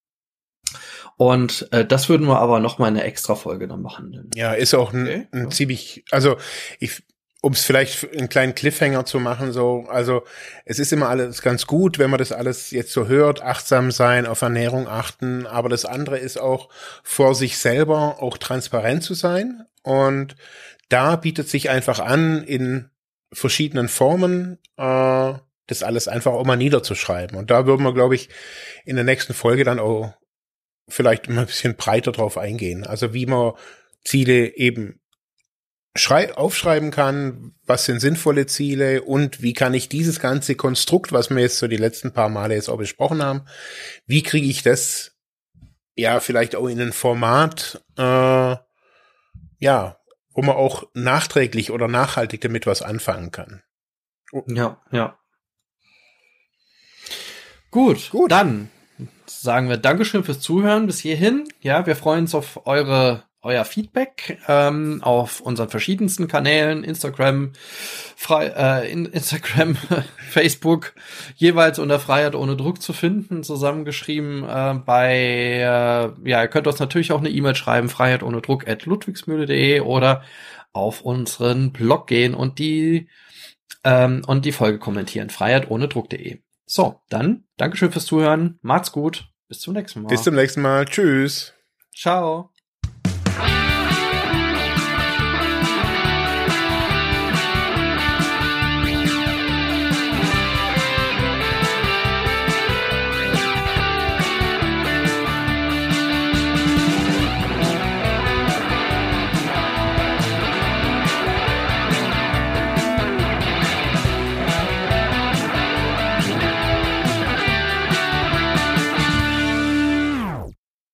[SPEAKER 1] Und das würden wir aber noch mal in einer Extra-Folge dann behandeln.
[SPEAKER 2] Ja, ist auch ein ziemlich, also um es vielleicht einen kleinen Cliffhanger zu machen, so, also es ist immer alles ganz gut, wenn man das alles jetzt so hört, achtsam sein, auf Ernährung achten, aber das andere ist auch vor sich selber auch transparent zu sein und da bietet sich einfach an, in verschiedenen Formen das alles einfach auch mal niederzuschreiben und da würden wir, glaube ich, in der nächsten Folge dann auch vielleicht mal ein bisschen breiter drauf eingehen. Also wie man Ziele eben aufschreiben kann, was sind sinnvolle Ziele und wie kann ich dieses ganze Konstrukt, was wir jetzt so die letzten paar Male jetzt auch besprochen haben, wie kriege ich das ja vielleicht auch in ein Format, wo man auch nachträglich oder nachhaltig damit was anfangen kann.
[SPEAKER 1] Ja. Gut, dann sagen wir Dankeschön fürs Zuhören bis hierhin. Ja, wir freuen uns auf euer Feedback auf unseren verschiedensten Kanälen, Instagram, Facebook, jeweils unter Freiheit ohne Druck zu finden, zusammengeschrieben ihr könnt uns natürlich auch eine E-Mail schreiben, freiheitohnedruck@ludwigsmühle.de oder auf unseren Blog gehen und die Folge kommentieren, freiheitohnedruck.de. So, dann Dankeschön fürs Zuhören, macht's gut, bis zum nächsten Mal.
[SPEAKER 2] Bis zum nächsten Mal, tschüss.
[SPEAKER 1] Ciao.